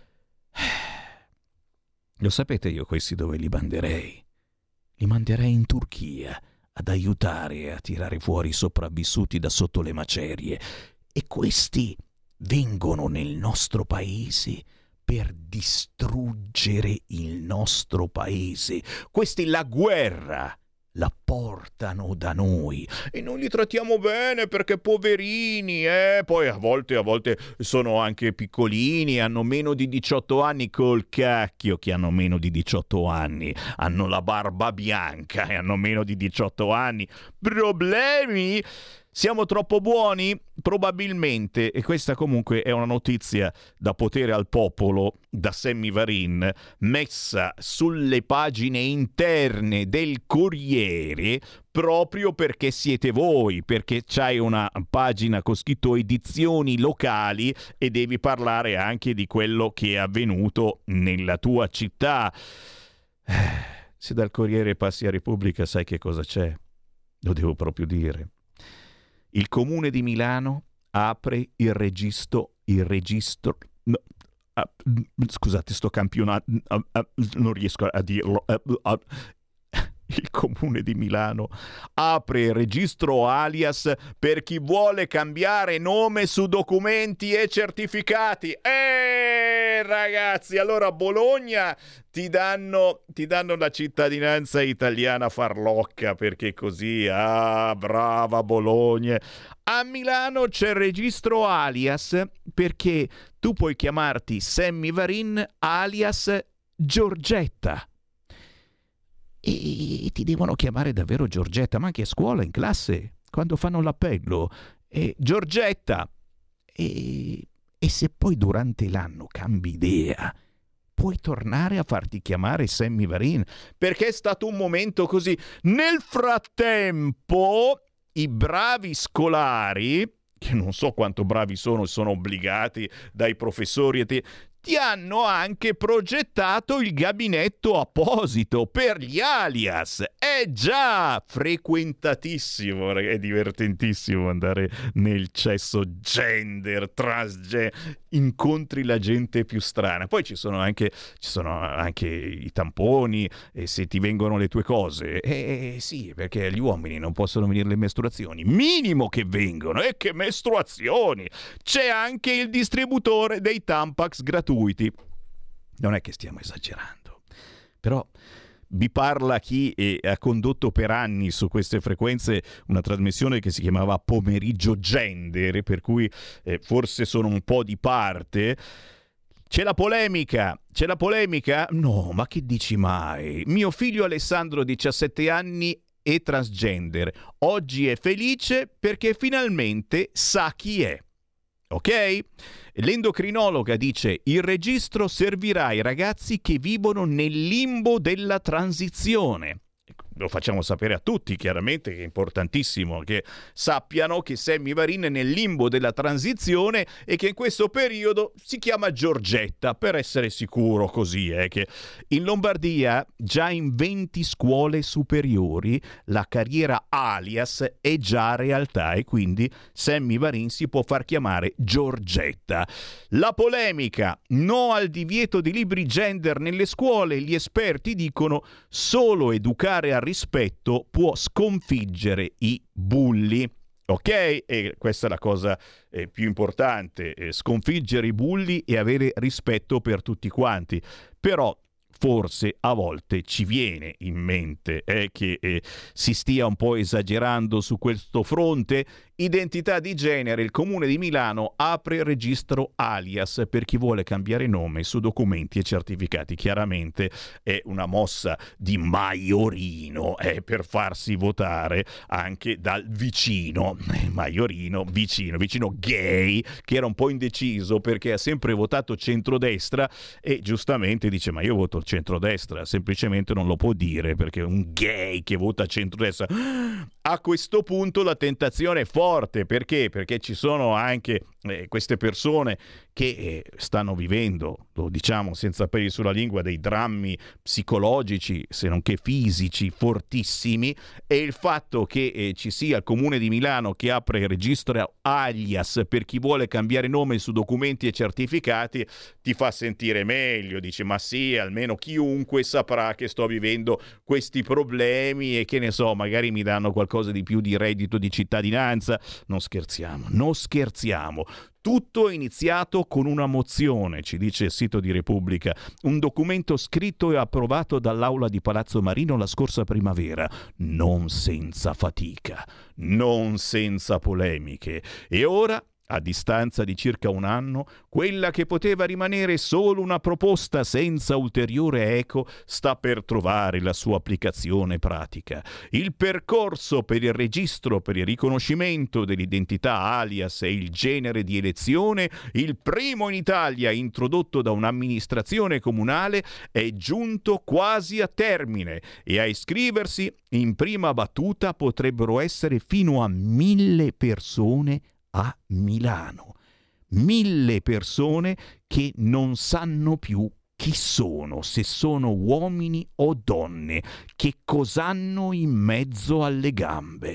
Speaker 2: Lo sapete io questi dove li manderei? Li manderei in Turchia ad aiutare a tirare fuori i sopravvissuti da sotto le macerie. E questi vengono nel nostro paese per distruggere il nostro paese. Questi la guerra la portano da noi e noi li trattiamo bene perché poverini, poi a volte sono anche piccolini, hanno meno di 18 anni, col cacchio che hanno meno di 18 anni, hanno la barba bianca e hanno meno di 18 anni. Problemi? Siamo troppo buoni? Probabilmente, e questa comunque è una notizia da potere al popolo da Sammy Varin, messa sulle pagine interne del Corriere proprio perché siete voi, perché c'hai una pagina con scritto edizioni locali e devi parlare anche di quello che è avvenuto nella tua città. Se dal Corriere passi a Repubblica sai che cosa c'è? Lo devo proprio dire. Il Comune di Milano apre il registro no, scusate, sto campionato, non riesco a dirlo. il Comune di Milano apre il registro alias per chi vuole cambiare nome su documenti e certificati. Ragazzi, allora a Bologna ti danno la cittadinanza italiana farlocca, perché così, brava Bologna. A Milano c'è il registro alias perché tu puoi chiamarti Sammy Varin alias Giorgetta. E ti devono chiamare davvero Giorgetta, ma anche a scuola, in classe, quando fanno l'appello. Giorgetta. E se poi durante l'anno cambi idea, puoi tornare a farti chiamare Sammy Varin, perché è stato un momento così. Nel frattempo, i bravi scolari, che non so quanto bravi sono obbligati dai professori ti hanno anche progettato il gabinetto apposito per gli alias. Già, frequentatissimo, è divertentissimo andare nel cesso gender, transgender, incontri la gente più strana. Poi ci sono anche i tamponi, e se ti vengono le tue cose. Sì, perché agli uomini non possono venire le mestruazioni. Minimo che vengono, e che mestruazioni! C'è anche il distributore dei Tampax gratuiti. Non è che stiamo esagerando, però vi parla chi ha condotto per anni su queste frequenze una trasmissione che si chiamava Pomeriggio Gender, per cui forse sono un po' di parte. C'è la polemica? No, ma che dici mai? Mio figlio Alessandro, 17 anni, è transgender. Oggi è felice perché finalmente sa chi è. Ok? L'endocrinologa dice: il registro servirà ai ragazzi che vivono nel limbo della transizione. Lo facciamo sapere a tutti, chiaramente, che è importantissimo che sappiano che Sammy Varin è nel limbo della transizione e che in questo periodo si chiama Giorgetta, per essere sicuro, così che in Lombardia già in 20 scuole superiori la carriera alias è già realtà, e quindi Sammy Varin si può far chiamare Giorgetta. La polemica: no al divieto di libri gender nelle scuole. Gli esperti dicono: solo educare al rispetto può sconfiggere i bulli. Ok? E questa è la cosa più importante, sconfiggere i bulli e avere rispetto per tutti quanti. Però forse a volte ci viene in mente che si stia un po' esagerando su questo fronte. Identità di genere: il Comune di Milano apre il registro alias per chi vuole cambiare nome su documenti e certificati. Chiaramente è una mossa di Maiorino, per farsi votare anche dal vicino Maiorino, vicino gay, che era un po' indeciso perché ha sempre votato centrodestra e giustamente dice: ma io voto centrodestra. Semplicemente non lo può dire, perché un gay che vota centrodestra. A questo punto la tentazione è forte. Perché? Perché ci sono anche queste persone che stanno vivendo, lo diciamo senza peli sulla lingua, dei drammi psicologici, se non che fisici, fortissimi, e il fatto che ci sia il Comune di Milano che apre il registro alias per chi vuole cambiare nome su documenti e certificati ti fa sentire meglio. Dici: ma sì, almeno chiunque saprà che sto vivendo questi problemi e che ne so, magari mi danno qualcosa di più di reddito di cittadinanza. Non scherziamo. Tutto è iniziato con una mozione, ci dice il sito di Repubblica, un documento scritto e approvato dall'Aula di Palazzo Marino la scorsa primavera, non senza fatica, non senza polemiche. E ora, a distanza di circa un anno, quella che poteva rimanere solo una proposta senza ulteriore eco sta per trovare la sua applicazione pratica. Il percorso per il registro per il riconoscimento dell'identità alias e il genere di elezione, il primo in Italia introdotto da un'amministrazione comunale, è giunto quasi a termine e a iscriversi in prima battuta potrebbero essere fino a 1.000 persone a Milano. 1.000 persone che non sanno più chi sono, se sono uomini o donne, che cos'hanno in mezzo alle gambe.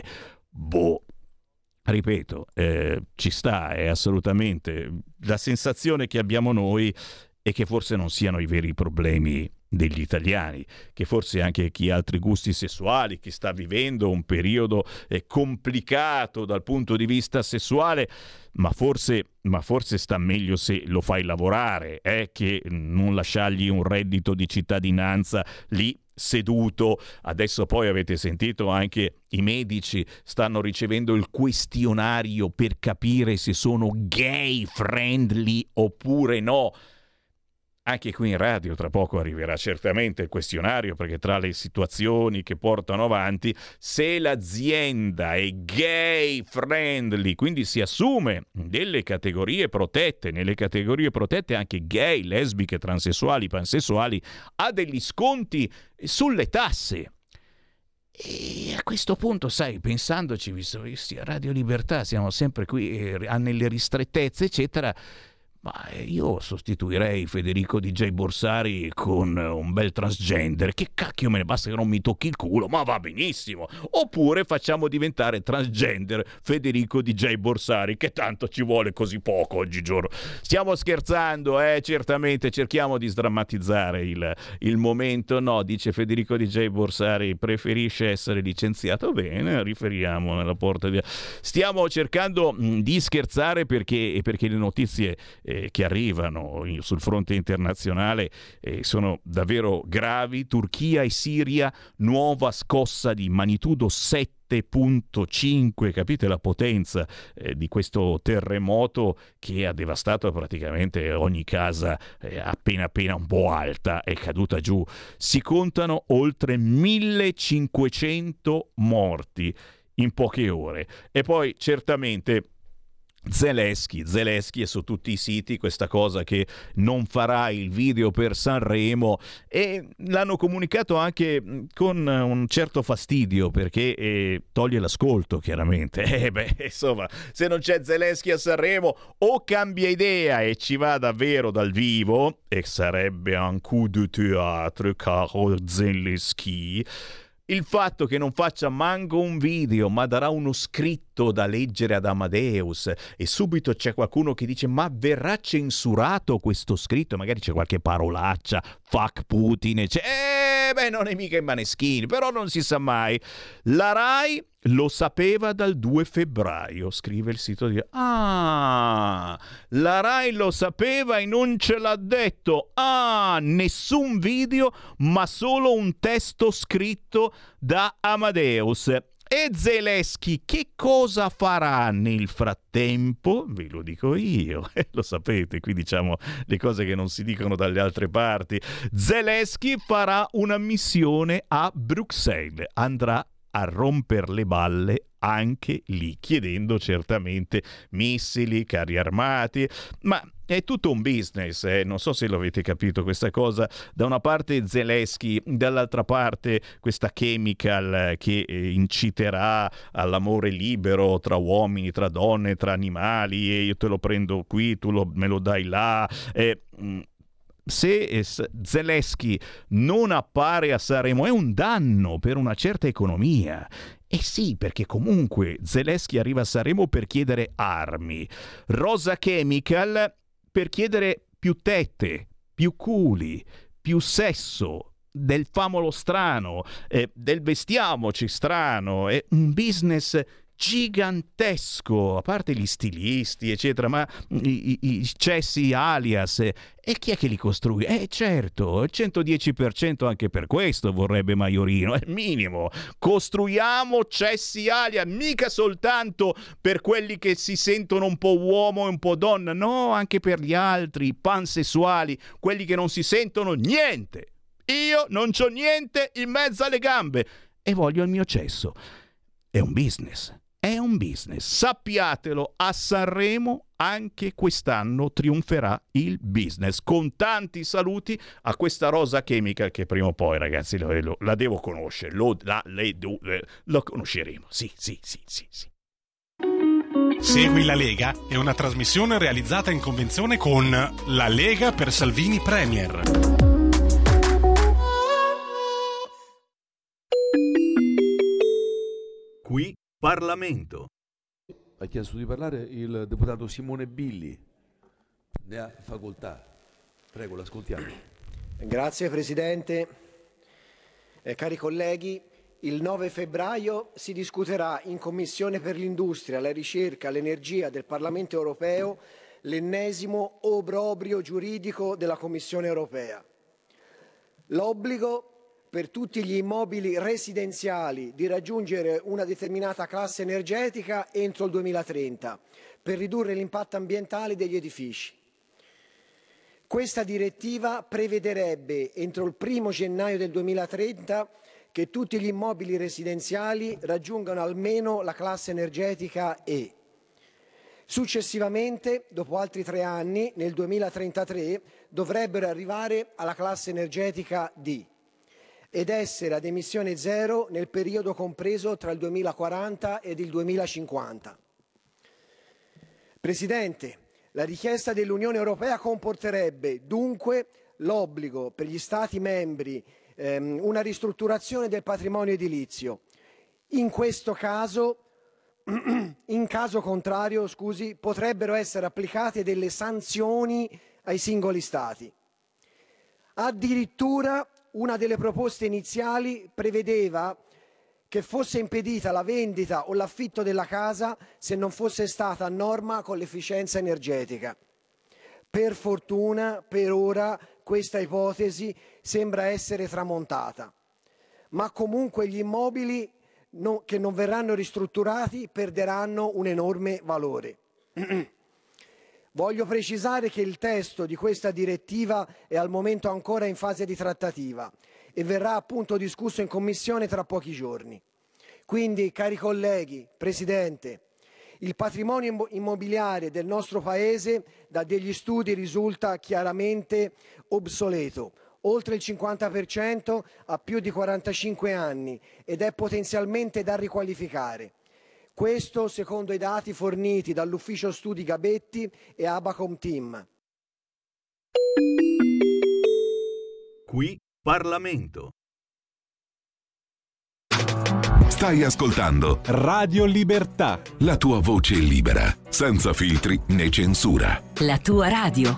Speaker 2: Ripeto, ci sta, è assolutamente. La sensazione che abbiamo noi è che forse non siano i veri problemi degli italiani, che forse anche chi ha altri gusti sessuali, chi sta vivendo un periodo complicato dal punto di vista sessuale, ma forse sta meglio se lo fai lavorare, che non lasciargli un reddito di cittadinanza lì seduto. Adesso poi avete sentito anche i medici stanno ricevendo il questionario per capire se sono gay friendly oppure no. Anche qui in radio tra poco arriverà certamente il questionario, perché tra le situazioni che portano avanti, se l'azienda è gay friendly, quindi si assume delle categorie protette, nelle categorie protette anche gay, lesbiche, transessuali, pansessuali, ha degli sconti sulle tasse. E a questo punto, sai, pensandoci, visto che a Radio Libertà siamo sempre qui nelle ristrettezze, eccetera, ma io sostituirei Federico DJ Borsari con un bel transgender. Che cacchio me ne basta che non mi tocchi il culo, ma va benissimo. Oppure facciamo diventare transgender Federico DJ Borsari, che tanto ci vuole così poco oggigiorno. Stiamo scherzando, certamente cerchiamo di sdrammatizzare il momento. No, dice Federico DJ Borsari, preferisce essere licenziato. Bene, riferiamo nella porta via. Stiamo cercando di scherzare perché le notizie che arrivano sul fronte internazionale sono davvero gravi. Turchia e Siria, nuova scossa di magnitudo 7.5, capite la potenza di questo terremoto che ha devastato praticamente ogni casa appena un po' alta, è caduta giù. Si contano oltre 1500 morti in poche ore. E poi certamente Zelensky è su tutti i siti questa cosa che non farà il video per Sanremo, e l'hanno comunicato anche con un certo fastidio, perché toglie l'ascolto chiaramente. Insomma, se non c'è Zelensky a Sanremo, o cambia idea e ci va davvero dal vivo, e sarebbe un coup de théâtre, caro Zelensky. Il fatto che non faccia manco un video, ma darà uno scritto da leggere ad Amadeus, e subito c'è qualcuno che dice: ma verrà censurato questo scritto? Magari c'è qualche parolaccia, fuck Putin, non è mica i Maneskin, però non si sa mai. La Rai lo sapeva dal 2 febbraio, scrive il sito di... la Rai lo sapeva e non ce l'ha detto. Nessun video, ma solo un testo scritto da Amadeus. E Zelensky che cosa farà nel frattempo? Ve lo dico io, lo sapete, qui diciamo le cose che non si dicono dalle altre parti. Zelensky farà una missione a Bruxelles, andrà a romper le balle anche lì, chiedendo certamente missili, carri armati, ma è tutto un business, non so se lo avete capito questa cosa. Da una parte Zelensky, dall'altra parte questa chemical che inciterà all'amore libero tra uomini, tra donne, tra animali, e io te lo prendo qui, me lo dai là. Se Zelensky non appare a Sanremo è un danno per una certa economia. Sì, perché comunque Zelensky arriva a Sanremo per chiedere armi, Rosa Chemical per chiedere più tette, più culi, più sesso, del famolo strano, del vestiamoci strano. È un business gigantesco, a parte gli stilisti eccetera, ma i cessi alias, e chi è che li costruisce? Certo, il 110% anche per questo vorrebbe Maiorino, è il minimo. Costruiamo cessi alias, mica soltanto per quelli che si sentono un po' uomo e un po' donna, no, anche per gli altri, i pansessuali, quelli che non si sentono niente. Io non c'ho niente in mezzo alle gambe e voglio il mio cesso. È un business. È un business, sappiatelo, a Sanremo anche quest'anno trionferà il business. Con tanti saluti a questa Rosa Chemical che prima o poi, ragazzi, la devo conoscere, lo conosceremo, sì.
Speaker 6: Segui la Lega è una trasmissione realizzata in convenzione con La Lega per Salvini Premier.
Speaker 2: Qui Parlamento.
Speaker 9: Ha chiesto di parlare il deputato Simone Billi. Ne ha facoltà. Prego, l'ascoltiamo.
Speaker 10: Grazie Presidente. Cari colleghi, il 9 febbraio si discuterà in Commissione per l'Industria, la Ricerca e l'Energia del Parlamento Europeo l'ennesimo obbrobrio giuridico della Commissione Europea. L'obbligo per tutti gli immobili residenziali di raggiungere una determinata classe energetica entro il 2030 per ridurre l'impatto ambientale degli edifici. Questa direttiva prevederebbe entro il 1° gennaio del 2030 che tutti gli immobili residenziali raggiungano almeno la classe energetica E. Successivamente, dopo altri 3 anni, nel 2033, dovrebbero arrivare alla classe energetica D ed essere ad emissione zero nel periodo compreso tra il 2040 ed il 2050. Presidente, la richiesta dell'Unione Europea comporterebbe dunque l'obbligo per gli Stati membri una ristrutturazione del patrimonio edilizio. In questo caso, in caso contrario, potrebbero essere applicate delle sanzioni ai singoli Stati. Addirittura una delle proposte iniziali prevedeva che fosse impedita la vendita o l'affitto della casa se non fosse stata a norma con l'efficienza energetica. Per fortuna, per ora, questa ipotesi sembra essere tramontata, ma comunque gli immobili che non verranno ristrutturati perderanno un enorme valore. Voglio precisare che il testo di questa direttiva è al momento ancora in fase di trattativa e verrà appunto discusso in Commissione tra pochi giorni. Quindi, cari colleghi, Presidente, il patrimonio immobiliare del nostro Paese da degli studi risulta chiaramente obsoleto. Oltre il 50% ha più di 45 anni ed è potenzialmente da riqualificare. Questo secondo i dati forniti dall'Ufficio Studi Gabetti e Abacom Team.
Speaker 5: Qui Parlamento. Stai ascoltando
Speaker 6: Radio Libertà.
Speaker 5: La tua voce libera, senza filtri né censura.
Speaker 11: La tua radio.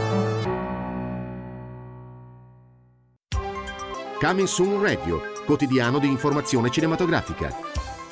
Speaker 12: Coming Soon Radio, quotidiano di informazione cinematografica.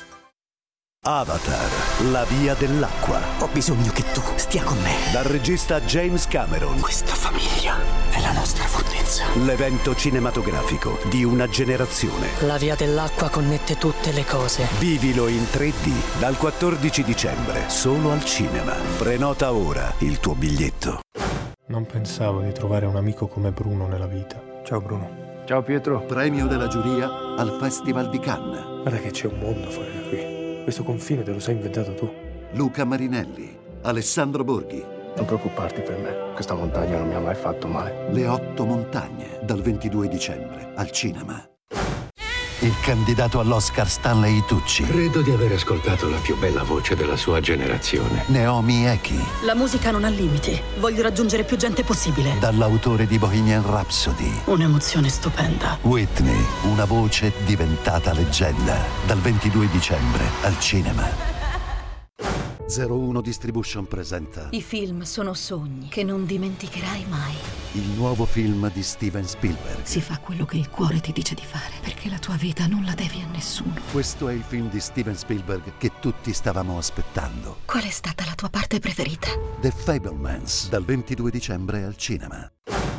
Speaker 13: Avatar, la via dell'acqua.
Speaker 14: Ho bisogno che tu stia con me.
Speaker 13: Dal regista James Cameron.
Speaker 14: Questa famiglia è la nostra fortezza.
Speaker 13: L'evento cinematografico di una generazione.
Speaker 14: La via dell'acqua connette tutte le cose.
Speaker 13: Vivilo in 3D dal 14 dicembre, solo al cinema. Prenota ora il tuo biglietto.
Speaker 15: Non pensavo di trovare un amico come Bruno nella vita. Ciao Bruno.
Speaker 16: Ciao Pietro.
Speaker 17: Premio della giuria al Festival di Cannes.
Speaker 15: Guarda che c'è un mondo fuori da qui. Questo confine te lo sei inventato tu.
Speaker 17: Luca Marinelli, Alessandro Borghi.
Speaker 16: Non preoccuparti per me, questa montagna non mi ha mai fatto male.
Speaker 17: Le 8 montagne, dal 22 dicembre, al cinema. Il candidato all'Oscar Stanley Tucci.
Speaker 18: Credo di aver ascoltato la più bella voce della sua generazione.
Speaker 17: Naomi Eki.
Speaker 19: La musica non ha limiti. Voglio raggiungere più gente possibile.
Speaker 17: Dall'autore di Bohemian Rhapsody.
Speaker 19: Un'emozione stupenda.
Speaker 17: Whitney, una voce diventata leggenda. Dal 22 dicembre al cinema. 01 Distribution presenta
Speaker 11: I film sono sogni che non dimenticherai mai.
Speaker 17: Il nuovo film di Steven Spielberg.
Speaker 11: Si fa quello che il cuore ti dice di fare, perché la tua vita non la devi a nessuno.
Speaker 17: Questo è il film di Steven Spielberg che tutti stavamo aspettando.
Speaker 11: Qual è stata la tua parte preferita?
Speaker 17: The Fabelmans, dal 22 dicembre al cinema.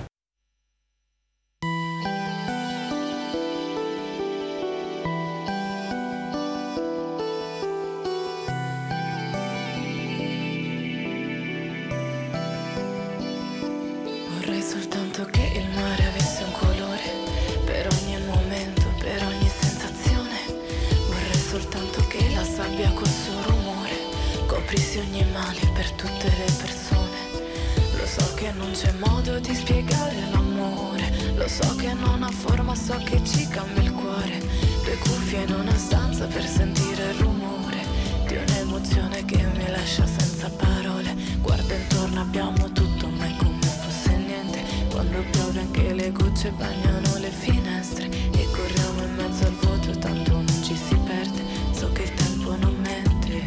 Speaker 3: Vorrei soltanto che il mare avesse un colore per ogni momento, per ogni sensazione. Vorrei soltanto che la sabbia col suo rumore coprisse ogni male per tutte le persone. Lo so che non c'è modo di spiegare l'amore, lo so che non ha forma, so che ci cambia il cuore. 2 cuffie in una stanza per sentire il rumore di un'emozione che mi lascia senza parole. Guarda intorno, abbiamo tutto, ma è come fosse niente. Quando piove anche le gocce bagnano le finestre e corriamo in mezzo al vuoto, tanto non ci si perde. So che il tempo non mente.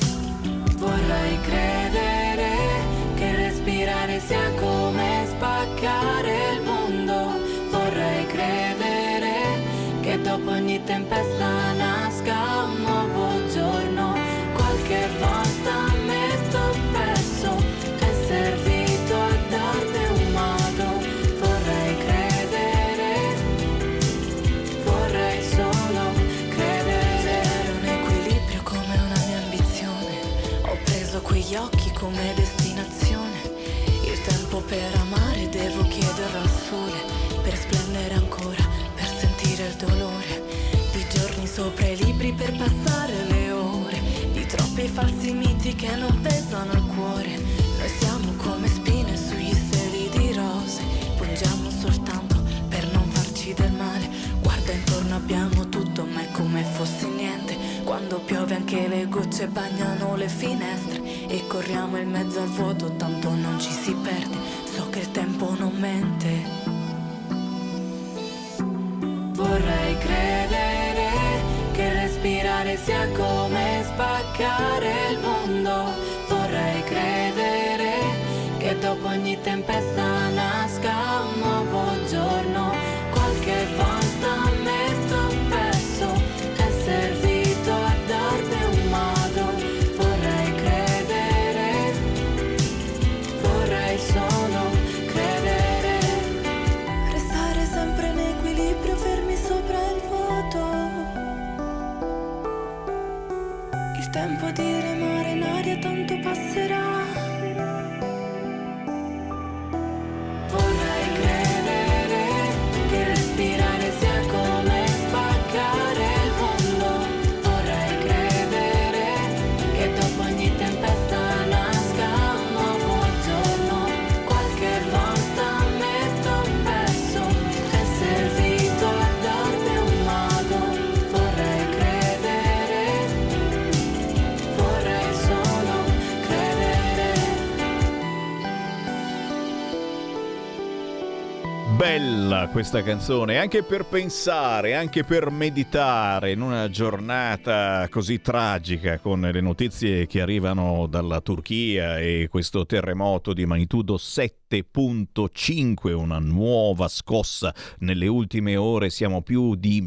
Speaker 3: Vorrei credere che respirare sia come spaccare spaccare il mondo. Vorrei credere che dopo ogni tempesta nasca un nuovo giorno. Qualche volta metto perso, è servito a darmi un modo. Vorrei credere, vorrei solo credere. C'era un equilibrio come una mia ambizione, ho preso quegli occhi come destinazione. Il tempo per amare devo chiederlo al sole, per splendere ancora, per sentire il dolore. Di giorni sopra i libri per passare le ore, di troppi falsi miti che non pesano il cuore. Noi siamo come spine sugli steli di rose, pungiamo soltanto per non farci del male. Guarda intorno, abbiamo tutto ma è come fosse niente. Quando piove anche le gocce bagnano le finestre e corriamo in mezzo al vuoto, tanto non ci si perde. So che il tempo non mente. Vorrei credere che respirare sia come spaccare il mondo. Vorrei credere che dopo ogni tempesta nasca un nuovo giorno. Qualche volta metto perso, è servito a darmi un modo. Vorrei credere, vorrei solo credere. Restare sempre in equilibrio, fermi sopra il vuoto. Il tempo di remare in aria tanto passerà. Vorrei credere che respirare sia come spaccare il mondo. Vorrei credere che dopo ogni tempesta nasca un nuovo giorno. Qualche volta metto perso, è servito a darmi un modo. Vorrei credere, vorrei solo credere.
Speaker 2: Bella questa canzone, anche per pensare, anche per meditare in una giornata così tragica, con le notizie che arrivano dalla Turchia e questo terremoto di magnitudo 7.5, una nuova scossa nelle ultime ore. Siamo più di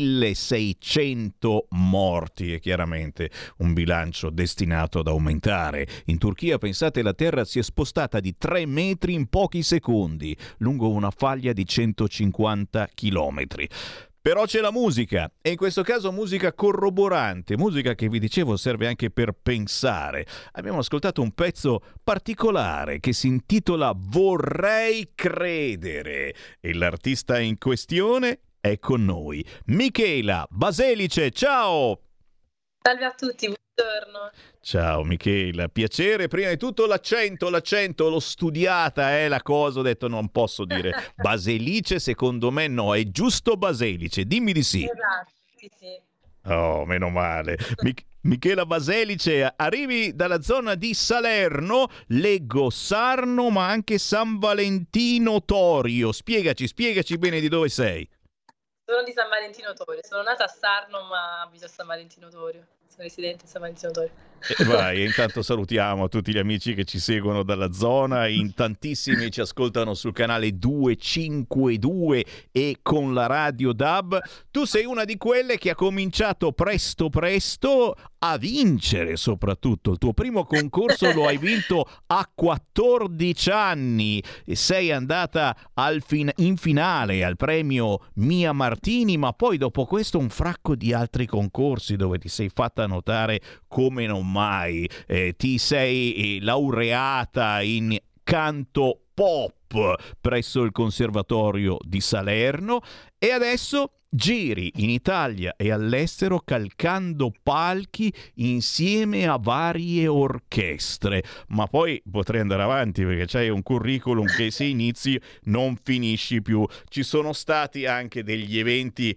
Speaker 2: 1600 morti e chiaramente un bilancio destinato ad aumentare. In Turchia, pensate, la terra si è spostata di 3 metri in pochi secondi lungo una faglia di 150 chilometri. Però c'è la musica, e in questo caso musica corroborante, musica che vi dicevo serve anche per pensare. Abbiamo ascoltato un pezzo particolare che si intitola Vorrei credere e l'artista in questione è con noi, Michela Baselice. Ciao!
Speaker 20: Salve a tutti, buongiorno.
Speaker 2: Ciao Michela, piacere. Prima di tutto l'accento l'ho studiata, la cosa, ho detto non posso dire Baselice, secondo me no, è giusto Baselice, dimmi di sì.
Speaker 20: Esatto, sì.
Speaker 2: Oh, meno male. Michela Baselice, arrivi dalla zona di Salerno, leggo Sarno ma anche San Valentino Torio. Spiegaci bene di dove sei.
Speaker 20: Sono di San Valentino Torio, sono nata a Sarno ma abito a San Valentino Torio, sono residente a San Valentino Torio.
Speaker 2: E vai, intanto salutiamo tutti gli amici che ci seguono dalla zona, in tantissimi ci ascoltano sul canale 252 e con la radio DAB. Tu sei una di quelle che ha cominciato presto a vincere, soprattutto il tuo primo concorso lo hai vinto a 14 anni e sei andata in finale al premio Mia Martini, ma poi dopo questo un fracco di altri concorsi dove ti sei fatta notare come non mai. Ti sei laureata in canto pop presso il Conservatorio di Salerno e adesso giri in Italia e all'estero calcando palchi insieme a varie orchestre. Ma poi potrei andare avanti perché c'hai un curriculum che se inizi non finisci più. Ci sono stati anche degli eventi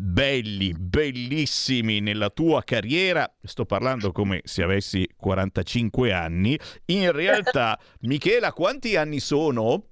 Speaker 2: bellissimi nella tua carriera. Sto parlando come se avessi 45 anni. In realtà, Michela, quanti anni sono?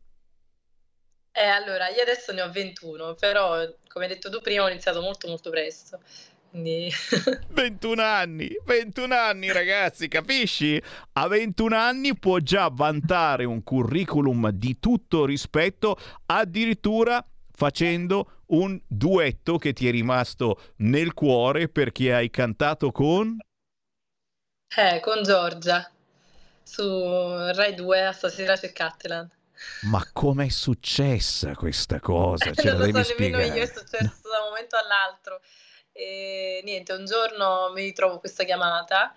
Speaker 20: Allora, io adesso ne ho 21, però come hai detto tu prima ho iniziato molto presto. Quindi
Speaker 2: 21 anni ragazzi, capisci? A 21 anni può già vantare un curriculum di tutto rispetto, addirittura facendo un duetto che ti è rimasto nel cuore perché hai cantato con
Speaker 20: Giorgia su Rai 2 a Stasera c'è Cattelan.
Speaker 2: Ma com'è successa questa cosa? Ce la
Speaker 20: Non lo
Speaker 2: devi
Speaker 20: so nemmeno
Speaker 2: spiegare.
Speaker 20: io, è successo da un momento all'altro. E niente, un giorno mi ritrovo questa chiamata,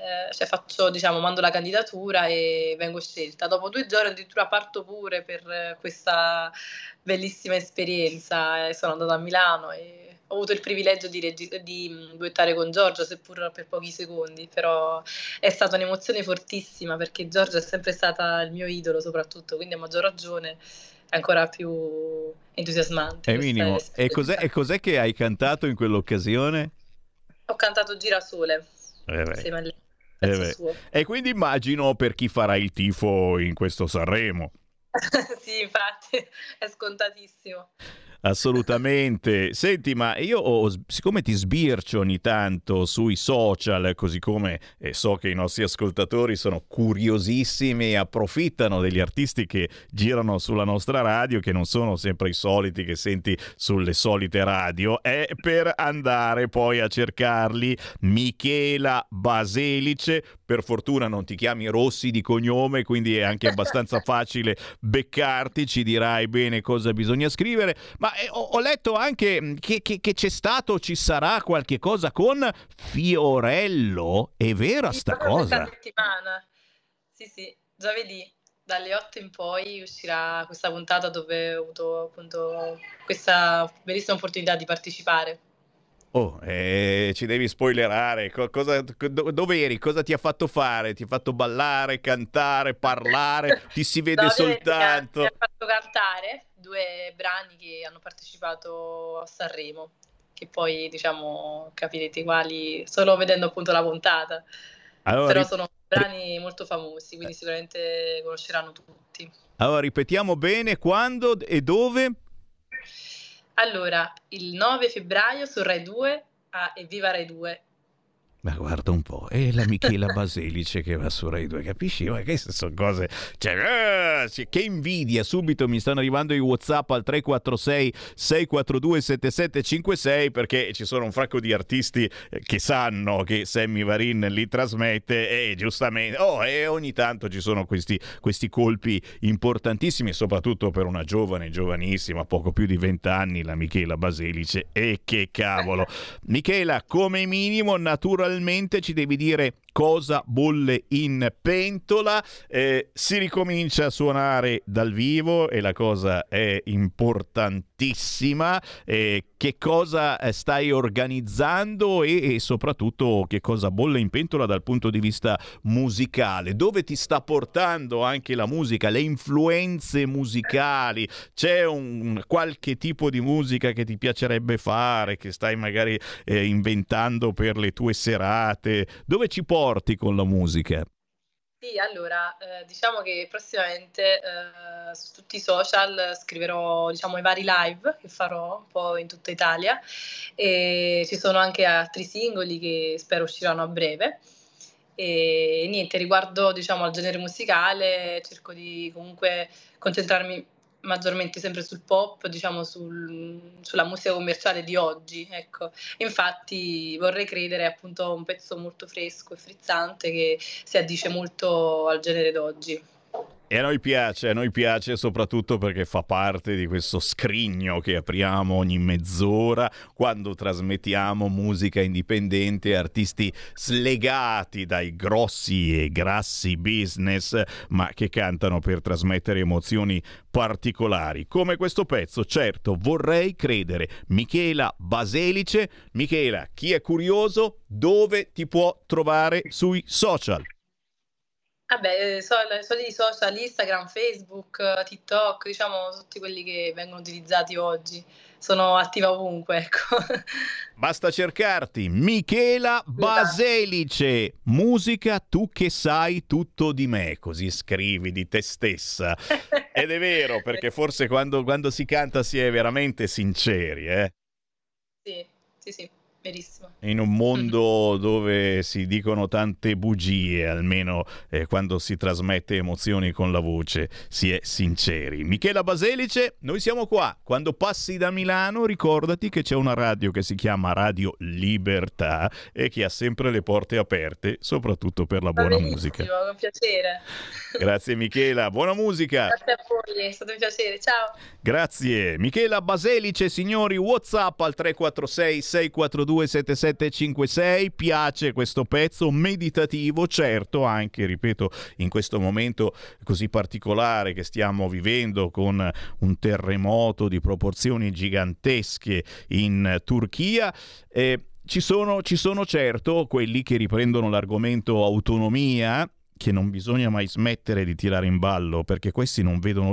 Speaker 20: mando la candidatura e vengo scelta. Dopo 2 giorni addirittura parto pure per questa bellissima esperienza. Sono andata a Milano e ho avuto il privilegio di duettare con Giorgia, seppur per pochi secondi, però è stata un'emozione fortissima perché Giorgia è sempre stata il mio idolo soprattutto, quindi a maggior ragione è ancora più entusiasmante.
Speaker 2: È minimo. E cos'è che hai cantato in quell'occasione?
Speaker 20: Ho cantato Girasole insieme a lei.
Speaker 2: E quindi immagino per chi farà il tifo in questo Sanremo.
Speaker 20: Sì, infatti, è scontatissimo.
Speaker 2: Assolutamente. Senti, ma siccome ti sbircio ogni tanto sui social, così come so che i nostri ascoltatori sono curiosissimi e approfittano degli artisti che girano sulla nostra radio, che non sono sempre i soliti che senti sulle solite radio, è per andare poi a cercarli. Michela Baselice, per fortuna non ti chiami Rossi di cognome, quindi è anche abbastanza facile beccarti, ci dirai bene cosa bisogna scrivere. Ma ho letto anche che ci sarà qualche cosa con Fiorello, è vera sta cosa?
Speaker 20: Questa settimana, sì, giovedì dalle 8 in poi uscirà questa puntata dove ho avuto appunto questa bellissima opportunità di partecipare.
Speaker 2: Ci devi spoilerare. Dove eri? Cosa ti ha fatto fare? Ti ha fatto ballare, cantare, parlare? Ti si vede soltanto?
Speaker 20: Mi ha fatto cantare 2 brani che hanno partecipato a Sanremo, che poi diciamo capirete quali solo vedendo appunto la puntata. Però sono brani molto famosi, quindi sicuramente conosceranno tutti.
Speaker 2: Allora ripetiamo bene, quando e dove?
Speaker 20: Allora, il 9 febbraio su Rai 2 a Evviva Rai 2.
Speaker 2: Ma guarda un po', è la Michela Baselice che va su Rai 2, capisci? Ma queste sono cose... che invidia, subito mi stanno arrivando i WhatsApp al 346-642-7756 perché ci sono un fracco di artisti che sanno che Sammy Varin li trasmette e giustamente... e ogni tanto ci sono questi colpi importantissimi, soprattutto per una giovanissima, poco più di 20 anni, la Michela Baselice. E che cavolo! Michela, come minimo, naturalmente ci devi dire cosa bolle in pentola. Si ricomincia a suonare dal vivo e la cosa è importantissima. Che cosa stai organizzando e soprattutto che cosa bolle in pentola dal punto di vista musicale? Dove ti sta portando anche la musica, le influenze musicali? C'è qualche tipo di musica che ti piacerebbe fare, che stai magari inventando per le tue serate? Dove ci porti con la musica?
Speaker 20: Sì, allora, diciamo che prossimamente su tutti i social scriverò, diciamo, i vari live che farò un po' in tutta Italia e ci sono anche altri singoli che spero usciranno a breve. E niente, riguardo, diciamo, al genere musicale, cerco di comunque concentrarmi maggiormente sempre sul pop, diciamo sulla musica commerciale di oggi, ecco. Infatti vorrei credere appunto un pezzo molto fresco e frizzante che si addice molto al genere d'oggi.
Speaker 2: E a noi piace soprattutto perché fa parte di questo scrigno che apriamo ogni mezz'ora quando trasmettiamo musica indipendente, artisti slegati dai grossi e grassi business, ma che cantano per trasmettere emozioni particolari. Come questo pezzo, certo, vorrei credere. Michela Baselice. Michela, chi è curioso, dove ti può trovare sui social?
Speaker 20: Soliti social, Instagram, Facebook, TikTok, diciamo tutti quelli che vengono utilizzati oggi. Sono attiva ovunque, ecco.
Speaker 2: Basta cercarti Michela Baselice, musica tu che sai tutto di me, così scrivi di te stessa. Ed è vero, perché forse quando si canta si è veramente sinceri,
Speaker 20: Sì. verissimo.
Speaker 2: In un mondo dove si dicono tante bugie, almeno quando si trasmette emozioni con la voce, si è sinceri. Michela Baselice, noi siamo qua. Quando passi da Milano, ricordati che c'è una radio che si chiama Radio Libertà e che ha sempre le porte aperte, soprattutto per la buona musica.
Speaker 20: Con piacere.
Speaker 2: Grazie Michela, buona musica.
Speaker 20: Grazie a voi, è stato un piacere, ciao.
Speaker 2: Grazie. Michela Baselice, signori, WhatsApp al 346 642 7756. Piace questo pezzo meditativo, certo, anche, ripeto, in questo momento così particolare che stiamo vivendo, con un terremoto di proporzioni gigantesche in Turchia. Ci sono certo quelli che riprendono l'argomento autonomia, che non bisogna mai smettere di tirare in ballo, perché questi non vedono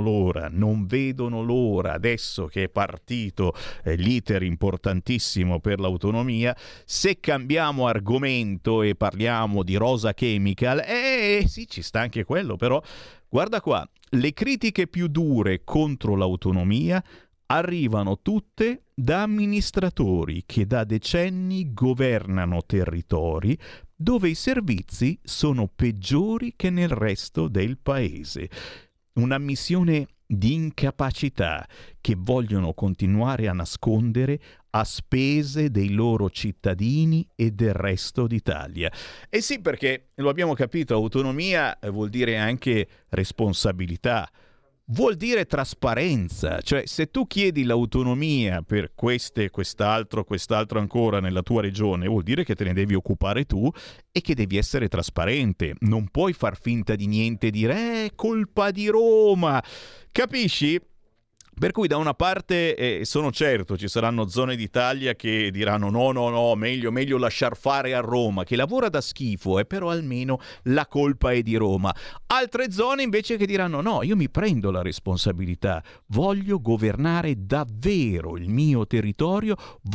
Speaker 2: l'ora adesso che è partito l'iter importantissimo per l'autonomia. Se cambiamo argomento e parliamo di Rosa Chemical, sì, ci sta anche quello, però guarda qua, le critiche più dure contro l'autonomia arrivano tutte da amministratori che da decenni governano territori dove i servizi sono peggiori che nel resto del paese. Una missione di incapacità che vogliono continuare a nascondere a spese dei loro cittadini e del resto d'Italia. E sì, perché lo abbiamo capito, autonomia vuol dire anche responsabilità. Vuol dire trasparenza, cioè se tu chiedi l'autonomia per quest'altro ancora nella tua regione, vuol dire che te ne devi occupare tu e che devi essere trasparente. Non puoi far finta di niente e dire è colpa di Roma, capisci? Per cui da una parte sono certo ci saranno zone d'Italia che diranno no, meglio lasciar fare a Roma, che lavora da schifo, però almeno la colpa è di Roma. Altre zone invece che diranno no, io mi prendo la responsabilità, voglio governare davvero il mio territorio,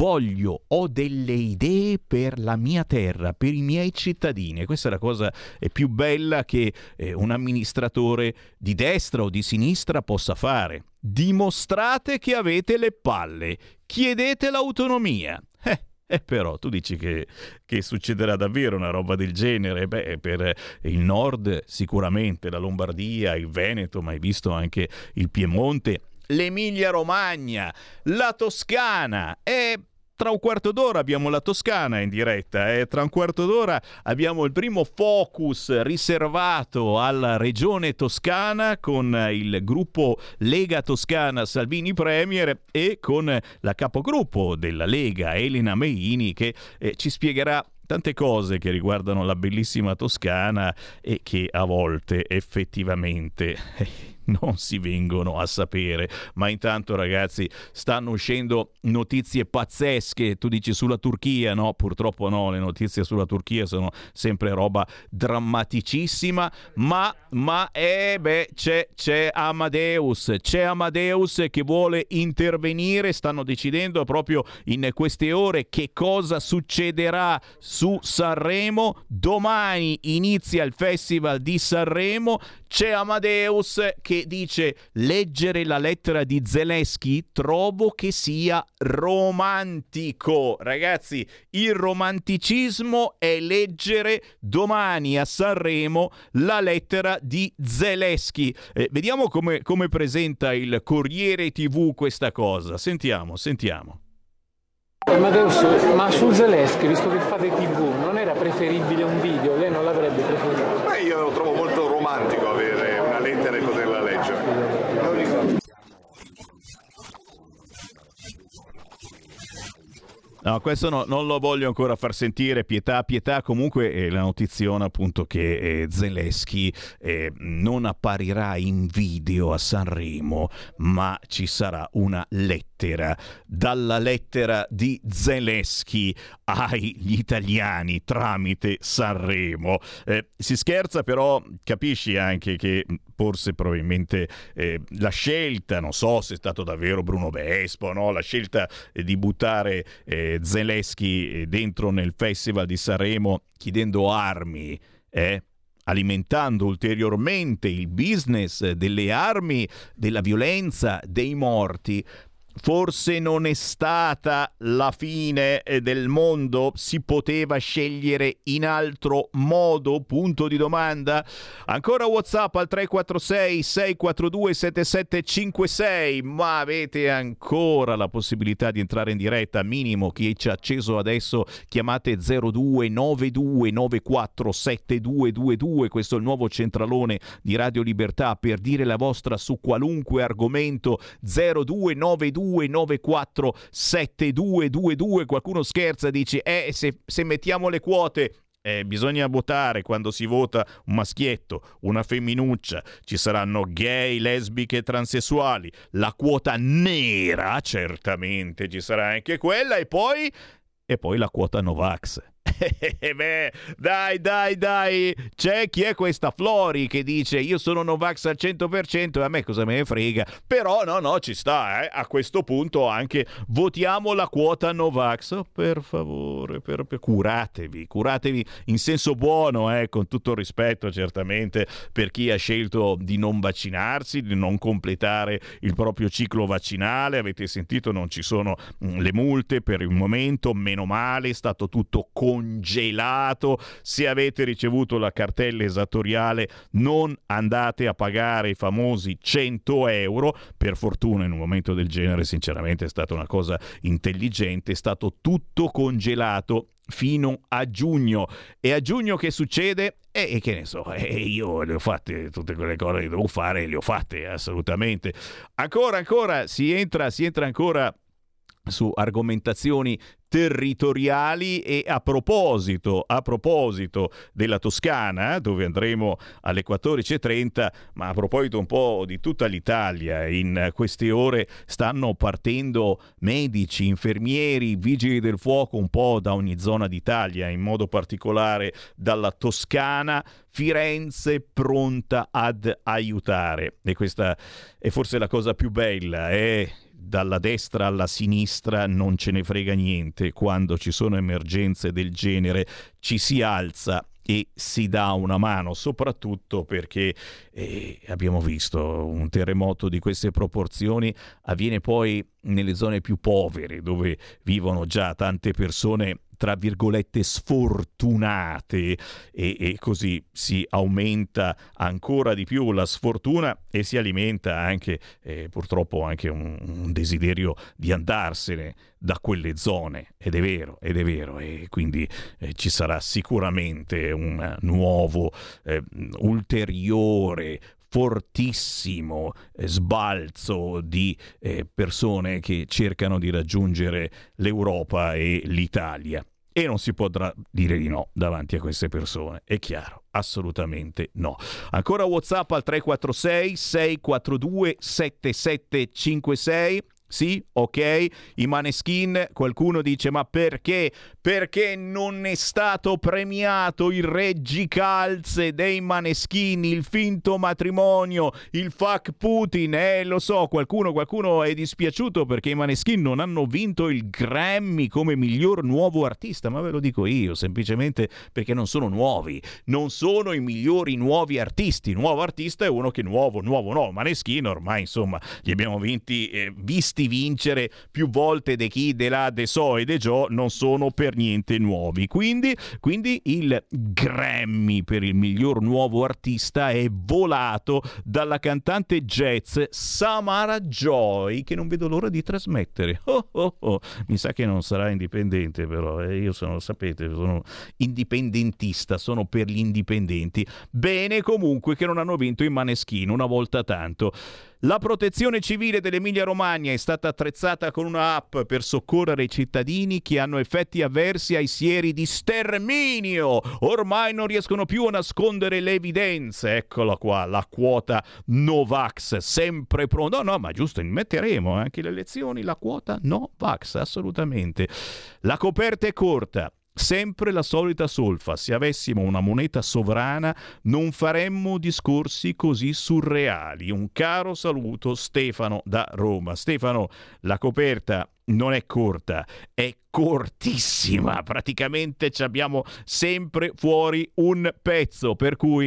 Speaker 2: ho delle idee per la mia terra, per i miei cittadini. E questa è la cosa più bella che un amministratore di destra o di sinistra possa fare. Dimostrate che avete le palle, chiedete l'autonomia. Però tu dici che succederà davvero una roba del genere? Per il nord sicuramente, la Lombardia, il Veneto, ma hai visto anche il Piemonte, l'Emilia Romagna, la Toscana. Tra un quarto d'ora abbiamo la Toscana in diretta, tra un quarto d'ora abbiamo il primo focus riservato alla regione Toscana con il gruppo Lega Toscana Salvini Premier e con la capogruppo della Lega Elena Meini che ci spiegherà tante cose che riguardano la bellissima Toscana e che a volte effettivamente non si vengono a sapere. Ma intanto, ragazzi, stanno uscendo notizie pazzesche. Tu dici sulla Turchia, no? Purtroppo no, le notizie sulla Turchia sono sempre roba drammaticissima, ma c'è Amadeus che vuole intervenire. Stanno decidendo proprio in queste ore che cosa succederà su Sanremo. Domani inizia il Festival di Sanremo. C'è Amadeus che dice: leggere la lettera di Zelensky trovo che sia romantico. Ragazzi, il romanticismo è leggere domani a Sanremo la lettera di Zelensky. Vediamo come presenta il Corriere TV questa cosa. Sentiamo.
Speaker 21: Amadeus, ma su Zelensky, visto che fate TV, non era preferibile un video? Lei non l'avrebbe preferito?
Speaker 22: Io lo trovo molto romantico avere una lettera e poterla leggere.
Speaker 2: No, questo non lo voglio ancora far sentire. Pietà. Comunque la notiziona appunto che Zelensky non apparirà in video a Sanremo, ma ci sarà una lettera. Dalla lettera di Zelensky agli italiani tramite Sanremo. Si scherza, però capisci anche che forse probabilmente la scelta, non so se è stato davvero Bruno Vespa, no? La scelta di buttare Zelensky dentro nel Festival di Sanremo chiedendo armi, alimentando ulteriormente il business delle armi, della violenza, dei morti. Forse non è stata la fine del mondo? Si poteva scegliere in altro modo? Punto di domanda. Ancora WhatsApp al 346 642 7756, ma avete ancora la possibilità di entrare in diretta. Minimo chi ci ha acceso adesso, chiamate 0292 94 7222. Questo è il nuovo centralone di Radio Libertà per dire la vostra su qualunque argomento. 0292 94 7222. Qualcuno scherza, dice se mettiamo le quote bisogna votare, quando si vota un maschietto, una femminuccia, ci saranno gay, lesbiche, transessuali, la quota nera certamente ci sarà anche quella, e poi la quota Novax. Beh, dai, c'è chi è questa Flori che dice io sono Novax al 100% e a me cosa me ne frega, però no, ci sta, a questo punto anche votiamo la quota Novax. Oh, per favore, curatevi in senso buono, con tutto il rispetto certamente per chi ha scelto di non vaccinarsi, di non completare il proprio ciclo vaccinale. Avete sentito, non ci sono le multe per il momento, meno male, è stato tutto congelato. Se avete ricevuto la cartella esattoriale non andate a pagare i famosi 100 euro. Per fortuna in un momento del genere sinceramente è stata una cosa intelligente, è stato tutto congelato fino a giugno. E a giugno che succede? E che ne so, io le ho fatte tutte quelle cose che devo fare, le ho fatte assolutamente. Ancora si entra ancora su argomentazioni territoriali. E a proposito della Toscana, dove andremo alle 14.30, ma a proposito un po' di tutta l'Italia, in queste ore stanno partendo medici, infermieri, vigili del fuoco un po' da ogni zona d'Italia, in modo particolare dalla Toscana. Firenze pronta ad aiutare, e questa è forse la cosa più bella, dalla destra alla sinistra non ce ne frega niente. Quando ci sono emergenze del genere ci si alza e si dà una mano, soprattutto perché abbiamo visto un terremoto di queste proporzioni avviene poi nelle zone più povere, dove vivono già tante persone tra virgolette sfortunate, e così si aumenta ancora di più la sfortuna e si alimenta anche purtroppo anche un desiderio di andarsene da quelle zone, ed è vero, e quindi ci sarà sicuramente un nuovo ulteriore fortissimo sbalzo di persone che cercano di raggiungere l'Europa e l'Italia. E non si potrà dire di no davanti a queste persone, è chiaro, assolutamente no. Ancora WhatsApp al 346 642 7756. Sì, ok, i Maneskin, qualcuno dice ma perché? Perché non è stato premiato il reggicalze dei Maneskin, il finto matrimonio, il fuck Putin, lo so, qualcuno è dispiaciuto perché i Maneskin non hanno vinto il Grammy come miglior nuovo artista, ma ve lo dico io, semplicemente perché non sono nuovi, non sono i migliori nuovi artisti. Nuovo artista è uno che nuovo no, Maneskin ormai insomma li abbiamo visti vincere più volte de chi, de là, de so e de Gio, non sono per niente nuovi. Quindi il Grammy per il miglior nuovo artista è volato dalla cantante jazz Samara Joy, che non vedo l'ora di trasmettere. Mi sa che non sarà indipendente, però io sono indipendentista, sono per gli indipendenti. Bene comunque che non hanno vinto i Maneskin una volta tanto. La protezione civile dell'Emilia Romagna è stata attrezzata con una app per soccorrere i cittadini che hanno effetti avversi ai sieri di sterminio. Ormai non riescono più a nascondere le evidenze. Eccola qua, la quota Novax, sempre pronta. No, ma giusto, metteremo anche le elezioni, la quota Novax, assolutamente. La coperta è corta. Sempre la solita solfa, se avessimo una moneta sovrana non faremmo discorsi così surreali. Un caro saluto, Stefano da Roma. Stefano, la coperta non è corta, è cortissima, praticamente ci abbiamo sempre fuori un pezzo, per cui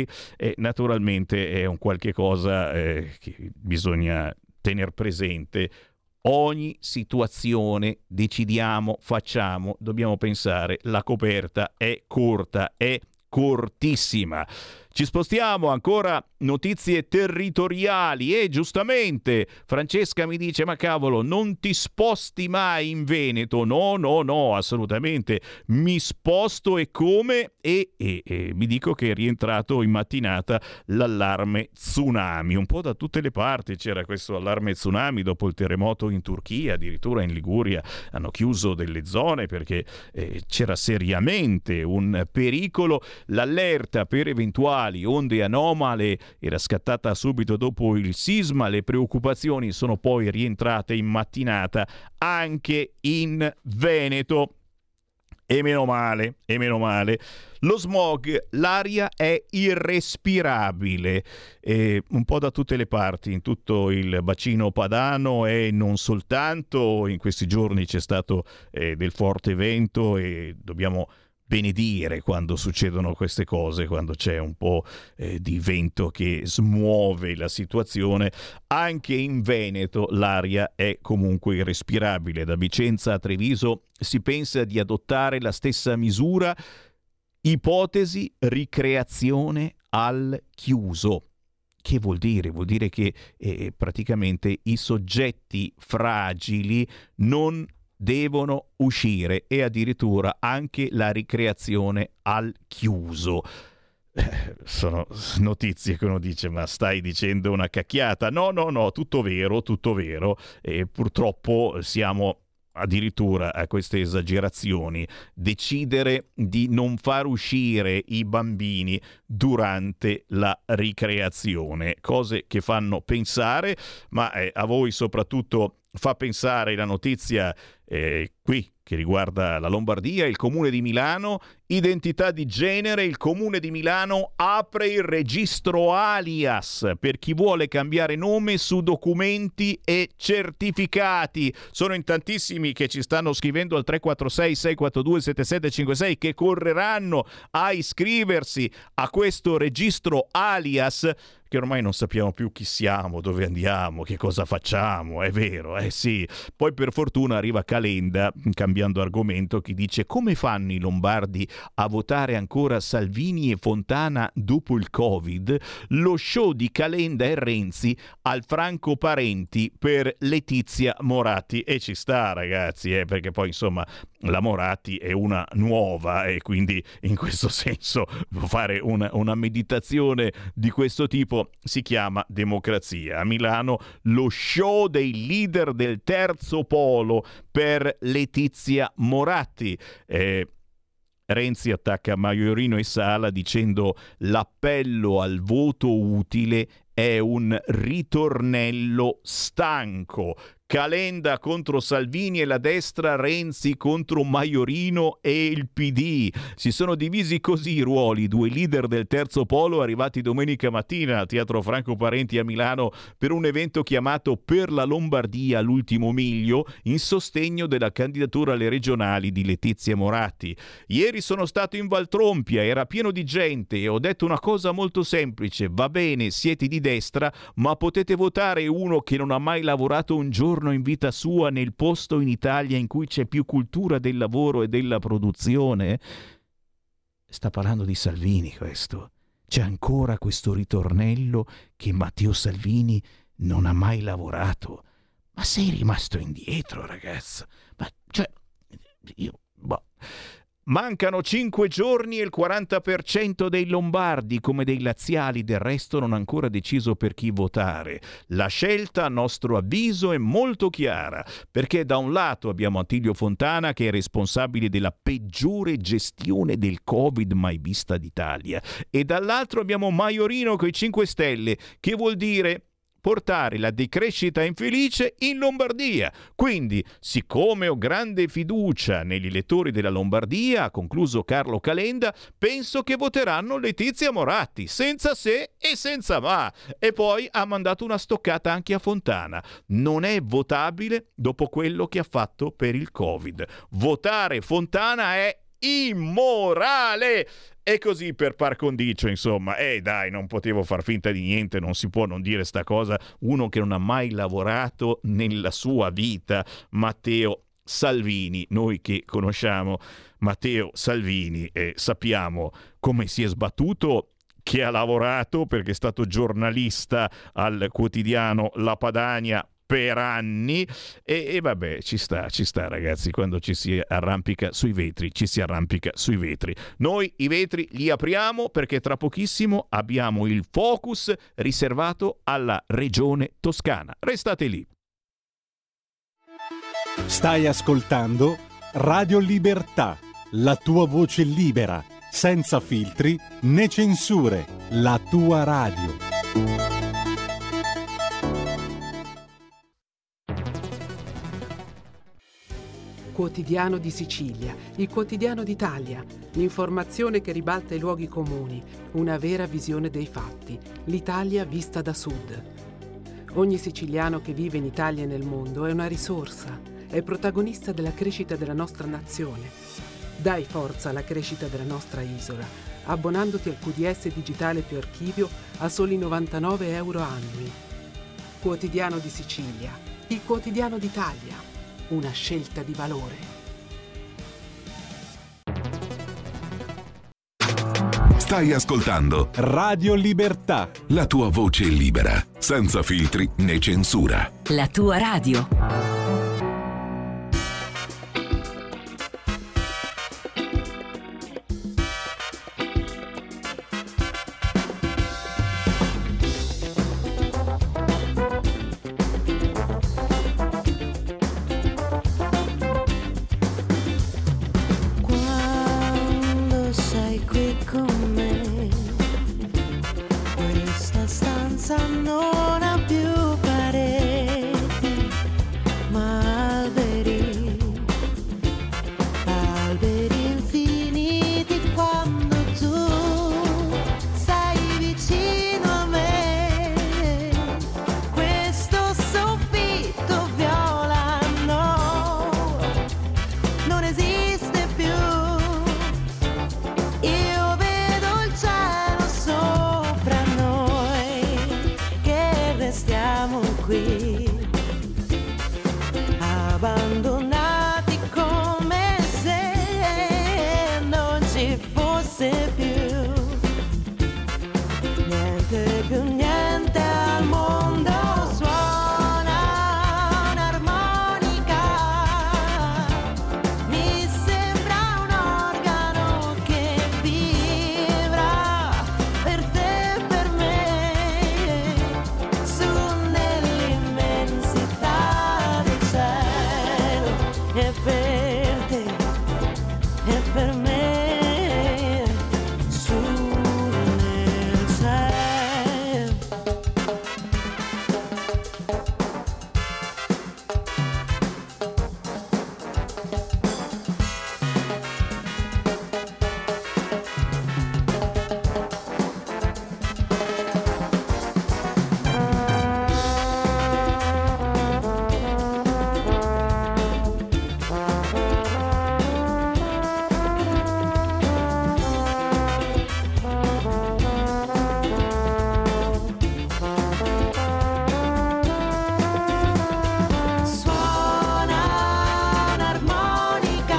Speaker 2: naturalmente è un qualche cosa che bisogna tener presente. ogni situazione decidiamo, facciamo, dobbiamo pensare, la coperta è corta, è cortissima. Ci spostiamo, ancora notizie territoriali e giustamente Francesca mi dice: ma cavolo, non ti sposti mai in Veneto? No, assolutamente, mi sposto e come? E mi dico che è rientrato in mattinata l'allarme tsunami, un po' da tutte le parti c'era questo allarme tsunami dopo il terremoto in Turchia, addirittura in Liguria hanno chiuso delle zone perché c'era seriamente un pericolo, l'allerta per eventuali onde anomale era scattata subito dopo il sisma, le preoccupazioni sono poi rientrate in mattinata anche in Veneto. E meno male. Lo smog, l'aria è irrespirabile, un po' da tutte le parti, in tutto il bacino padano e non soltanto. In questi giorni c'è stato del forte vento e dobbiamo benedire quando succedono queste cose, quando c'è un po' di vento che smuove la situazione. Anche in Veneto l'aria è comunque irrespirabile. Da Vicenza a Treviso si pensa di adottare la stessa misura, ipotesi ricreazione al chiuso. Che vuol dire? Vuol dire che praticamente i soggetti fragili non devono uscire e addirittura anche la ricreazione al chiuso. Sono notizie che uno dice: ma stai dicendo una cacchiata? No, tutto vero, e purtroppo siamo addirittura a queste esagerazioni. Decidere di non far uscire i bambini durante la ricreazione, cose che fanno pensare, ma a voi soprattutto fa pensare la notizia qui che riguarda la Lombardia, il Comune di Milano, identità di genere. Il Comune di Milano apre il registro alias per chi vuole cambiare nome su documenti e certificati. Sono in tantissimi che ci stanno scrivendo al 346-642-7756 che correranno a iscriversi a questo registro alias, che ormai non sappiamo più chi siamo, dove andiamo, che cosa facciamo, è vero, sì. Poi per fortuna arriva Calenda, cambiando argomento, che dice: come fanno i lombardi a votare ancora Salvini e Fontana dopo il Covid? Lo show di Calenda e Renzi al Franco Parenti per Letizia Moratti. E ci sta, ragazzi, perché poi insomma la Moratti è una nuova e quindi in questo senso fare una meditazione di questo tipo si chiama democrazia. A Milano lo show dei leader del terzo polo per Letizia Moratti. Renzi attacca Maiorino e Sala dicendo: l'appello al voto utile è un ritornello stanco. Calenda contro Salvini e la destra, Renzi contro Maiorino e il PD. Si sono divisi così i ruoli, due leader del terzo polo arrivati domenica mattina al Teatro Franco Parenti a Milano per un evento chiamato Per la Lombardia l'ultimo miglio, in sostegno della candidatura alle regionali di Letizia Moratti. Ieri sono stato in Valtrompia, era pieno di gente e ho detto una cosa molto semplice: va bene, siete di destra, ma potete votare uno che non ha mai lavorato un giorno in vita sua nel posto in Italia in cui c'è più cultura del lavoro e della produzione? Sta parlando di Salvini questo. C'è ancora questo ritornello che Matteo Salvini non ha mai lavorato. Ma sei rimasto indietro, ragazzo. Ma cioè Mancano 5 giorni e il 40% dei lombardi, come dei laziali, del resto non ha ancora deciso per chi votare. La scelta, a nostro avviso, è molto chiara, perché da un lato abbiamo Attilio Fontana, che è responsabile della peggiore gestione del Covid mai vista d'Italia, e dall'altro abbiamo Maiorino coi 5 Stelle, che vuol dire portare la decrescita infelice in Lombardia. Quindi, siccome ho grande fiducia negli elettori della Lombardia, ha concluso Carlo Calenda, penso che voteranno Letizia Moratti, senza se e senza ma. E poi ha mandato una stoccata anche a Fontana. Non è votabile dopo quello che ha fatto per il Covid. Votare Fontana è immorale. E così per par condicio, insomma, dai, non potevo far finta di niente, non si può non dire sta cosa, uno che non ha mai lavorato nella sua vita, Matteo Salvini. Noi che conosciamo Matteo Salvini sappiamo come si è sbattuto, che ha lavorato perché è stato giornalista al quotidiano La Padania per anni e vabbè, ci sta ragazzi, quando ci si arrampica sui vetri, ci si arrampica sui vetri. Noi i vetri li apriamo perché tra pochissimo abbiamo il focus riservato alla regione Toscana. Restate lì.
Speaker 6: Stai ascoltando Radio Libertà, la tua voce libera, senza filtri né censure, la tua radio.
Speaker 1: Quotidiano di Sicilia, il quotidiano d'Italia, l'informazione che ribalta i luoghi comuni, una vera visione dei fatti, l'Italia vista da sud. Ogni siciliano che vive in Italia e nel mondo è una risorsa, è protagonista della crescita della nostra nazione. Dai forza alla crescita della nostra isola, abbonandoti al QDS digitale più archivio a soli 99 euro annui. Quotidiano di Sicilia, il quotidiano d'Italia. Una scelta di valore.
Speaker 5: Stai ascoltando
Speaker 6: Radio Libertà,
Speaker 5: la tua voce libera, senza filtri né censura.
Speaker 4: La tua radio.
Speaker 23: Non ha più pareti, ma alberi, alberi infiniti quando tu sei vicino a me. Questo soffitto viola no, non esiste più. Io vedo il cielo sopra noi, restiamo qui, abbandonati come se non ci fosse più niente al mondo. Suona un'armonica, mi sembra un organo che vibra per te e per me. Su nell'immensità del cielo, e per te e per me, su nel cielo. Suona un'armonica,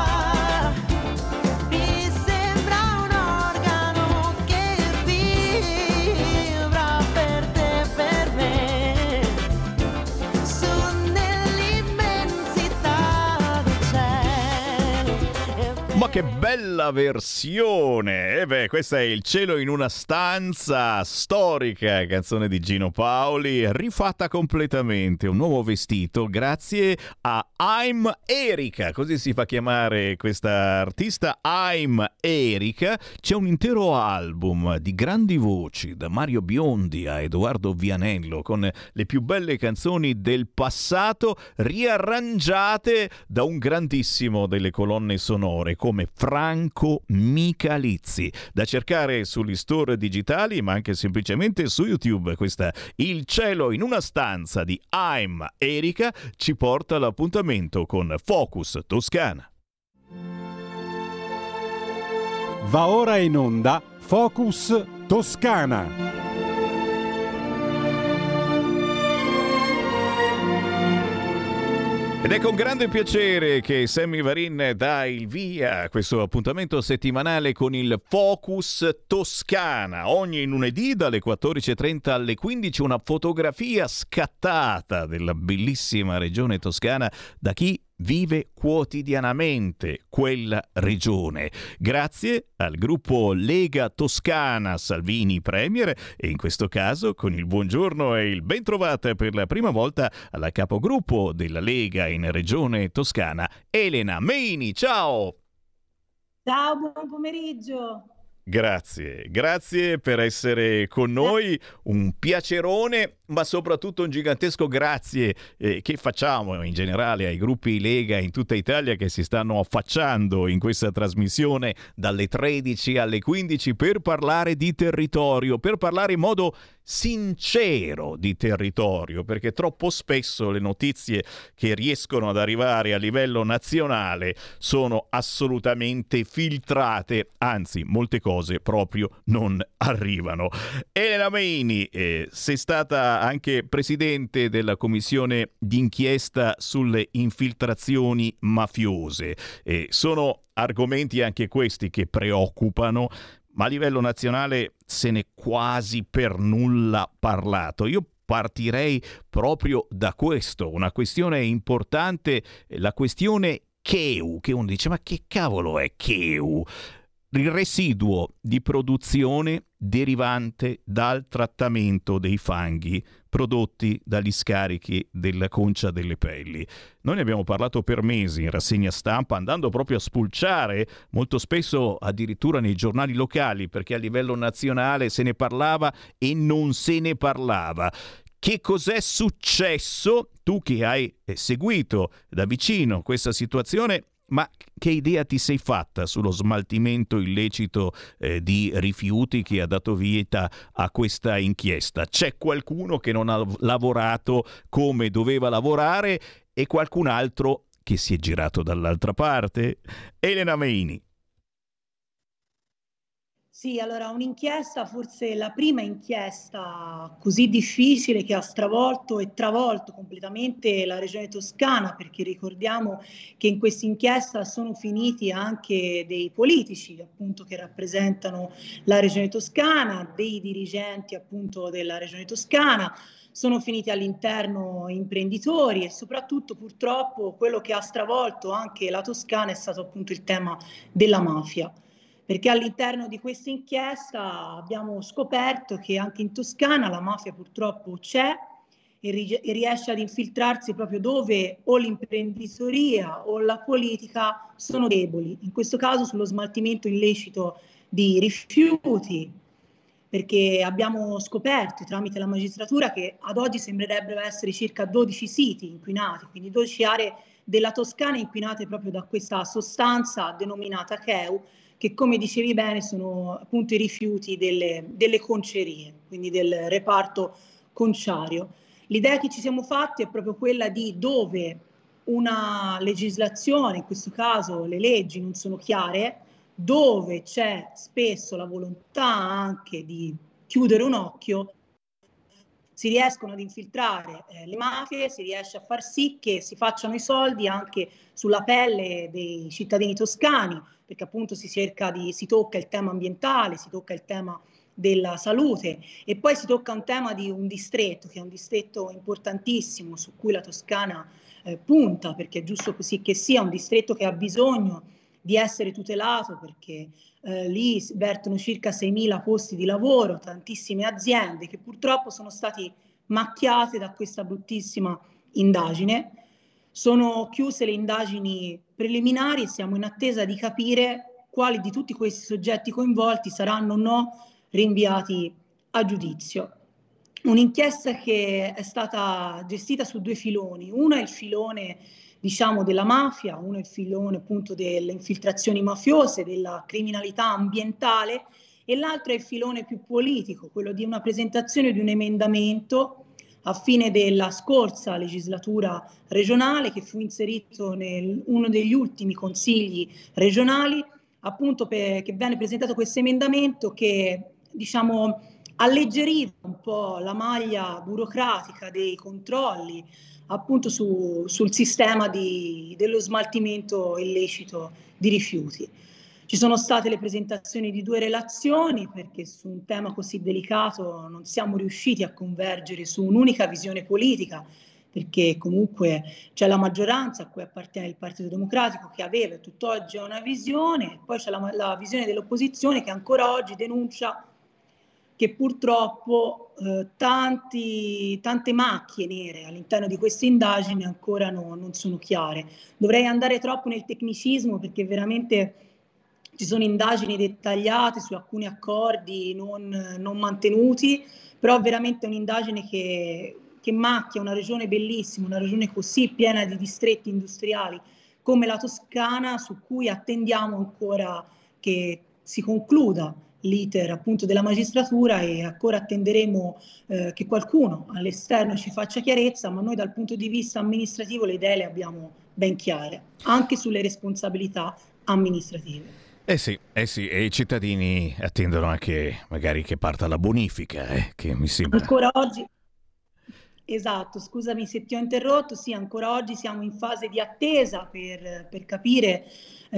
Speaker 23: mi sembra un organo che vibra per te e per me. Su nell'immensità del cielo.
Speaker 2: Ma che bella versione! E beh, questa è Il cielo in una stanza, storica canzone di Gino Paoli, rifatta completamente, un nuovo vestito grazie a I'm Erika, così si fa chiamare questa artista, I'm Erika. C'è un intero album di grandi voci, da Mario Biondi a Edoardo Vianello, con le più belle canzoni del passato riarrangiate da un grandissimo delle colonne sonore come Franco Michalizzi, da cercare sugli store digitali ma anche semplicemente su YouTube. Questa Il cielo in una stanza di I'm Erika ci porta all'appuntamento con Focus Toscana.
Speaker 6: Va ora in onda Focus Toscana.
Speaker 2: Ed è con grande piacere che Sammy Varin dà il via a questo appuntamento settimanale con il Focus Toscana. Ogni lunedì dalle 14.30 alle 15 una fotografia scattata della bellissima regione toscana da chi vive quotidianamente quella regione. Grazie al gruppo Lega Toscana Salvini Premier e in questo caso con il buongiorno e il ben trovata per la prima volta alla capogruppo della Lega in regione Toscana, Elena Meini. Ciao!
Speaker 4: Ciao, buon pomeriggio!
Speaker 2: Grazie per essere con noi, un piacerone, ma soprattutto un gigantesco grazie che facciamo in generale ai gruppi Lega in tutta Italia che si stanno affacciando in questa trasmissione dalle 13 alle 15 per parlare di territorio, per parlare in modo sincero di territorio, perché troppo spesso le notizie che riescono ad arrivare a livello nazionale sono assolutamente filtrate, anzi molte cose proprio non arrivano. Elena Meini, sei stata anche presidente della commissione d'inchiesta sulle infiltrazioni mafiose. Sono argomenti anche questi che preoccupano, ma a livello nazionale se n'è quasi per nulla parlato. Io partirei proprio da questo, una questione importante, la questione Cheu, che uno dice ma che cavolo è Cheu? Il residuo di produzione derivante dal trattamento dei fanghi prodotti dagli scarichi della concia delle pelli. Noi ne abbiamo parlato per mesi in rassegna stampa, andando proprio a spulciare, molto spesso addirittura nei giornali locali, perché a livello nazionale se ne parlava e non se ne parlava. Che cos'è successo? Tu che hai seguito da vicino questa situazione, ma che idea ti sei fatta sullo smaltimento illecito di rifiuti che ha dato vita a questa inchiesta? C'è qualcuno che non ha lavorato come doveva lavorare e qualcun altro che si è girato dall'altra parte? Elena Meini.
Speaker 4: Sì, allora un'inchiesta, forse la prima inchiesta così difficile che ha stravolto e travolto completamente la regione toscana, perché ricordiamo che in questa inchiesta sono finiti anche dei politici appunto che rappresentano la regione toscana, dei dirigenti appunto della regione toscana, sono finiti all'interno imprenditori e soprattutto purtroppo quello che ha stravolto anche la Toscana è stato appunto il tema della mafia. Perché all'interno di questa inchiesta abbiamo scoperto che anche in Toscana la mafia purtroppo c'è e riesce ad infiltrarsi proprio dove o l'imprenditoria o la politica sono deboli, in questo caso sullo smaltimento illecito di rifiuti, perché abbiamo scoperto tramite la magistratura che ad oggi sembrerebbero essere circa 12 siti inquinati, quindi 12 aree della Toscana inquinate proprio da questa sostanza denominata Cheu, che come dicevi bene sono appunto i rifiuti delle concerie, quindi del reparto conciario. L'idea che ci siamo fatti è proprio quella di dove una legislazione, in questo caso le leggi non sono chiare, dove c'è spesso la volontà anche di chiudere un occhio, si riescono ad infiltrare le mafie, si riesce a far sì che si facciano i soldi anche sulla pelle dei cittadini toscani, perché appunto si tocca il tema ambientale, si tocca il tema della salute e poi si tocca un tema di un distretto, che è un distretto importantissimo su cui la Toscana punta, perché è giusto così che sia un distretto che ha bisogno di essere tutelato, perché lì vertono circa 6.000 posti di lavoro, tantissime aziende che purtroppo sono stati macchiate da questa bruttissima indagine. Sono chiuse le indagini preliminari e siamo in attesa di capire quali di tutti questi soggetti coinvolti saranno o no rinviati a giudizio. Un'inchiesta che è stata gestita su due filoni. Uno è il filone, diciamo, della mafia, uno è il filone appunto delle infiltrazioni mafiose, della criminalità ambientale, e l'altro è il filone più politico, quello di una presentazione di un emendamento a fine della scorsa legislatura regionale, che fu inserito in uno degli ultimi consigli regionali, appunto che viene presentato questo emendamento che, diciamo, alleggeriva un po' la maglia burocratica dei controlli appunto sul sistema dello smaltimento illecito di rifiuti. Ci sono state le presentazioni di 2 relazioni perché su un tema così delicato non siamo riusciti a convergere su un'unica visione politica, perché comunque c'è la maggioranza a cui appartiene il Partito Democratico che aveva e tutt'oggi ha una visione, e poi c'è la visione dell'opposizione che ancora oggi denuncia che purtroppo tante macchie nere all'interno di queste indagini ancora non sono chiare. Dovrei andare troppo nel tecnicismo perché veramente ci sono indagini dettagliate su alcuni accordi non mantenuti, però veramente è un'indagine che macchia una regione bellissima, una regione così piena di distretti industriali come la Toscana, su cui attendiamo ancora che si concluda l'iter appunto della magistratura e ancora attenderemo che qualcuno all'esterno ci faccia chiarezza, ma noi dal punto di vista amministrativo le idee le abbiamo ben chiare, anche sulle responsabilità amministrative.
Speaker 2: Eh sì, e i cittadini attendono anche magari che parta la bonifica, che mi sembra...
Speaker 4: Ancora oggi, esatto, scusami se ti ho interrotto, sì, ancora oggi siamo in fase di attesa per capire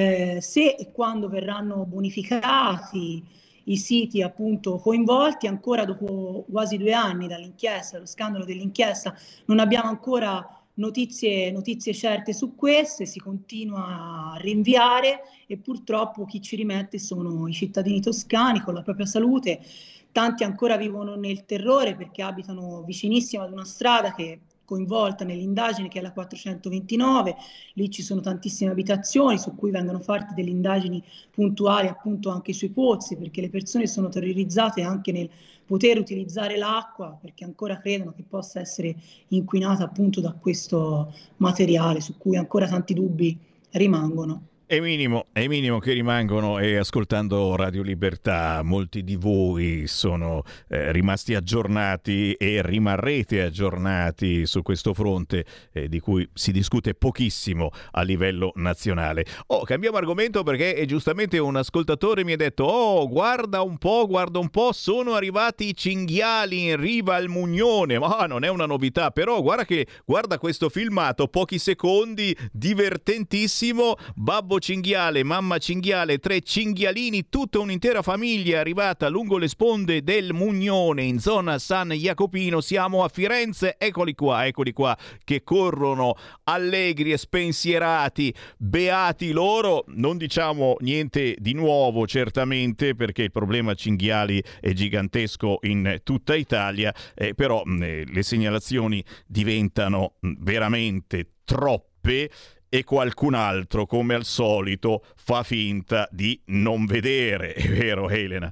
Speaker 4: se e quando verranno bonificati i siti appunto coinvolti. Ancora dopo quasi 2 anni dall'inchiesta, lo scandalo dell'inchiesta, non abbiamo ancora notizie certe su queste, si continua a rinviare e purtroppo chi ci rimette sono i cittadini toscani con la propria salute. Tanti ancora vivono nel terrore perché abitano vicinissimo ad una strada che è coinvolta nell'indagine, che è la 429, lì ci sono tantissime abitazioni su cui vengono fatte delle indagini puntuali appunto anche sui pozzi, perché le persone sono terrorizzate anche nel poter utilizzare l'acqua perché ancora credono che possa essere inquinata appunto da questo materiale su cui ancora tanti dubbi rimangono.
Speaker 2: È minimo che rimangono, e ascoltando Radio Libertà molti di voi sono rimasti aggiornati e rimarrete aggiornati su questo fronte di cui si discute pochissimo a livello nazionale. Cambiamo argomento perché giustamente un ascoltatore mi ha detto guarda un po', sono arrivati i cinghiali in riva al Mugnone. Ma non è una novità, però guarda questo filmato, pochi secondi, divertentissimo. Babbo cinghiale, mamma cinghiale, 3 cinghialini, tutta un'intera famiglia arrivata lungo le sponde del Mugnone in zona San Jacopino. Siamo a Firenze, eccoli qua che corrono allegri e spensierati, beati loro. Non diciamo niente di nuovo certamente perché il problema cinghiali è gigantesco in tutta Italia, però le segnalazioni diventano veramente troppe e qualcun altro, come al solito, fa finta di non vedere. È vero, Elena?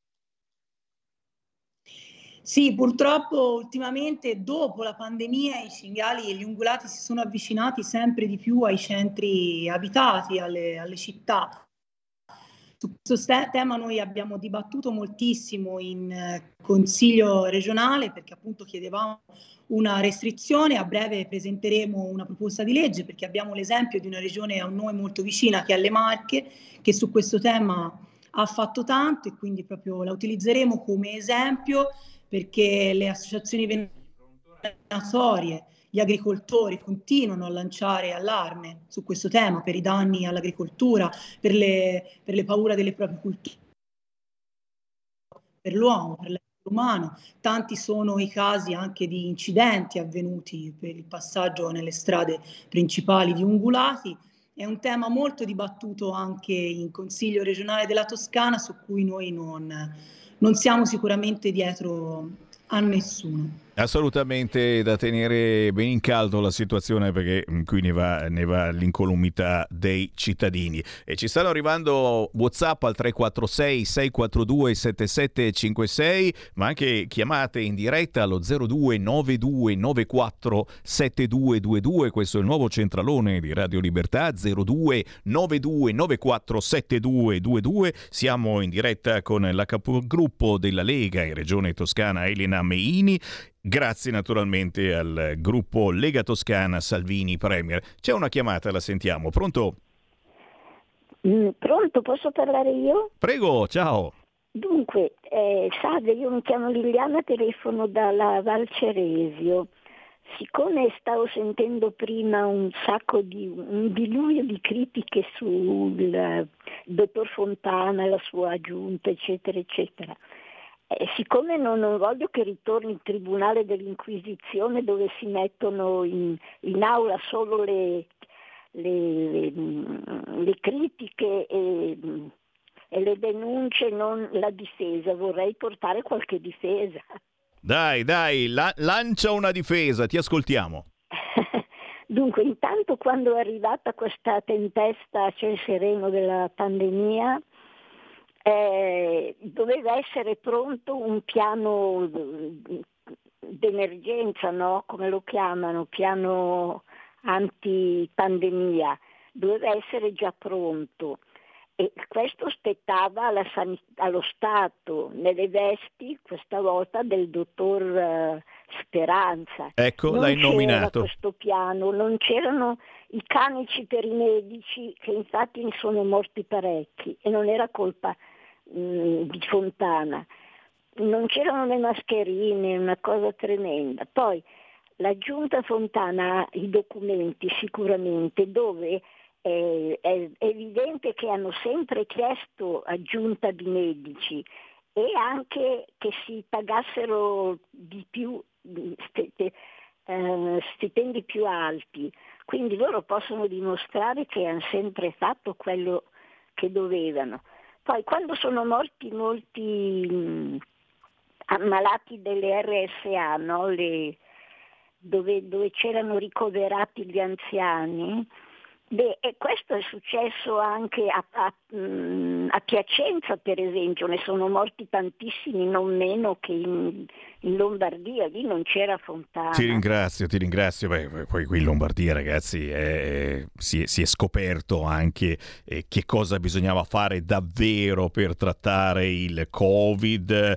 Speaker 4: Sì, purtroppo ultimamente dopo la pandemia i cinghiali e gli ungulati si sono avvicinati sempre di più ai centri abitati, alle città. Su questo tema noi abbiamo dibattuto moltissimo in Consiglio regionale perché appunto chiedevamo una restrizione. A breve presenteremo una proposta di legge perché abbiamo l'esempio di una regione a noi molto vicina che è le Marche, che su questo tema ha fatto tanto e quindi proprio la utilizzeremo come esempio perché le associazioni venatorie, gli agricoltori continuano a lanciare allarme su questo tema per i danni all'agricoltura, per le paure delle proprie culture, per l'uomo, per l'essere umano. Tanti sono i casi anche di incidenti avvenuti per il passaggio nelle strade principali di ungulati. È un tema molto dibattuto anche in Consiglio regionale della Toscana, su cui noi non siamo sicuramente dietro a nessuno.
Speaker 2: Assolutamente da tenere ben in caldo la situazione perché qui ne va l'incolumità dei cittadini. E ci stanno arrivando WhatsApp al 346 642 7756, ma anche chiamate in diretta allo 02 92 94 7222. Questo è il nuovo centralone di Radio Libertà, 02 92 94 7222. Siamo in diretta con la capogruppo della Lega in Regione Toscana, Elena Meini. Grazie naturalmente al gruppo Lega Toscana Salvini Premier. C'è una chiamata, la sentiamo. Pronto?
Speaker 7: Pronto, posso parlare io?
Speaker 2: Prego, ciao.
Speaker 7: Dunque, salve, io mi chiamo Liliana, telefono dalla Val Ceresio. Siccome stavo sentendo prima un diluvio di critiche sul dottor Fontana, la sua giunta, eccetera, eccetera, siccome non voglio che ritorni il Tribunale dell'Inquisizione dove si mettono in aula solo le critiche e le denunce, non la difesa, vorrei portare qualche difesa.
Speaker 2: Dai, lancia una difesa, ti ascoltiamo.
Speaker 7: Dunque, intanto quando è arrivata questa tempesta a ciel sereno della pandemia, doveva essere pronto un piano d'emergenza, no? Come lo chiamano, piano antipandemia, doveva essere già pronto. E questo spettava allo Stato, nelle vesti questa volta del dottor Speranza.
Speaker 2: Ecco, l'hai nominato.
Speaker 7: Non c'era questo piano, non c'erano i camici per i medici, che infatti ne sono morti parecchi, e non era colpa di Fontana. Non c'erano le mascherine, una cosa tremenda. Poi la giunta Fontana ha i documenti sicuramente dove è evidente che hanno sempre chiesto aggiunta di medici e anche che si pagassero di più stipendi più alti, quindi loro possono dimostrare che hanno sempre fatto quello che dovevano. Poi quando sono morti molti ammalati delle RSA, no? Dove c'erano ricoverati gli anziani, e questo è successo anche a Piacenza, per esempio, ne sono morti tantissimi, non meno che in Lombardia, lì non c'era Fontana.
Speaker 2: Ti ringrazio. Beh, poi qui in Lombardia, ragazzi, si è scoperto anche che cosa bisognava fare davvero per trattare il Covid,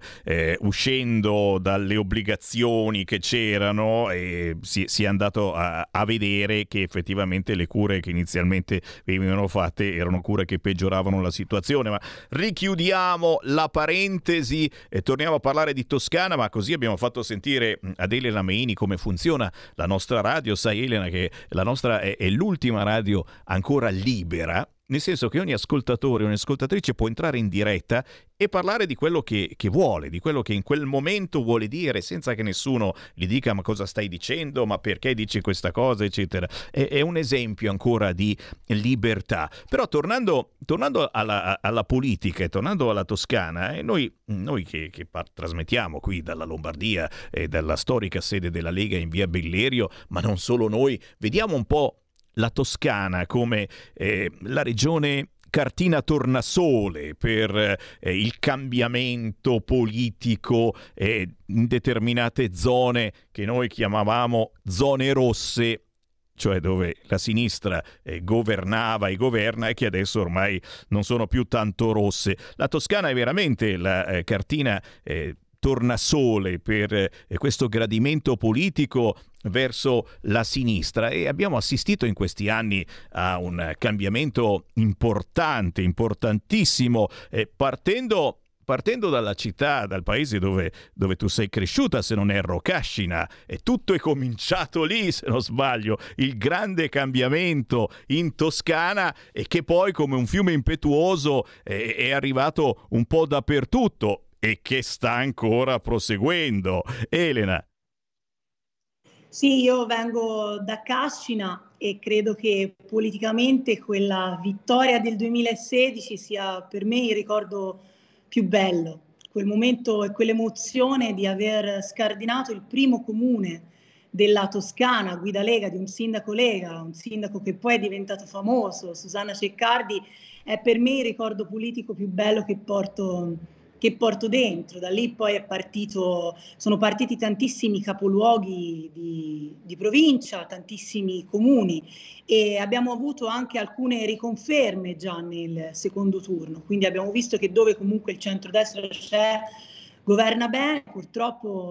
Speaker 2: uscendo dalle obbligazioni che c'erano, e si è andato a vedere che effettivamente le cure che inizialmente venivano fatte erano cure che peggioravano la situazione. Ma richiudiamo la parentesi e torniamo a parlare di Toscana, ma così abbiamo fatto sentire ad Elena Meini come funziona la nostra radio. Sai, Elena, che la nostra è l'ultima radio ancora libera, nel senso che ogni ascoltatore o un'ascoltatrice può entrare in diretta e parlare di quello che vuole, di quello che in quel momento vuole dire, senza che nessuno gli dica ma cosa stai dicendo, ma perché dici questa cosa, eccetera. È un esempio ancora di libertà. Però tornando alla politica e tornando alla Toscana, noi che trasmettiamo qui dalla Lombardia e dalla storica sede della Lega in via Bellerio, ma non solo noi, vediamo un po' la Toscana come la regione cartina tornasole per il cambiamento politico in determinate zone che noi chiamavamo zone rosse, cioè dove la sinistra governava e governa e che adesso ormai non sono più tanto rosse. La Toscana è veramente la cartina tornasole per questo gradimento politico verso la sinistra, e abbiamo assistito in questi anni a un cambiamento importante, importantissimo, partendo dalla città, dal paese dove tu sei cresciuta, se non erro, Cascina, e tutto è cominciato lì, se non sbaglio, il grande cambiamento in Toscana, e che poi come un fiume impetuoso è arrivato un po' dappertutto e che sta ancora proseguendo. Elena.
Speaker 4: Sì, io vengo da Cascina e credo che politicamente quella vittoria del 2016 sia per me il ricordo più bello. Quel momento e quell'emozione di aver scardinato il primo comune della Toscana, guida Lega, di un sindaco Lega, un sindaco che poi è diventato famoso, Susanna Ceccardi, è per me il ricordo politico più bello che porto dentro. Da lì poi sono partiti tantissimi capoluoghi di provincia, tantissimi comuni, e abbiamo avuto anche alcune riconferme già nel secondo turno, quindi abbiamo visto che dove comunque il centrodestra c'è, governa bene. Purtroppo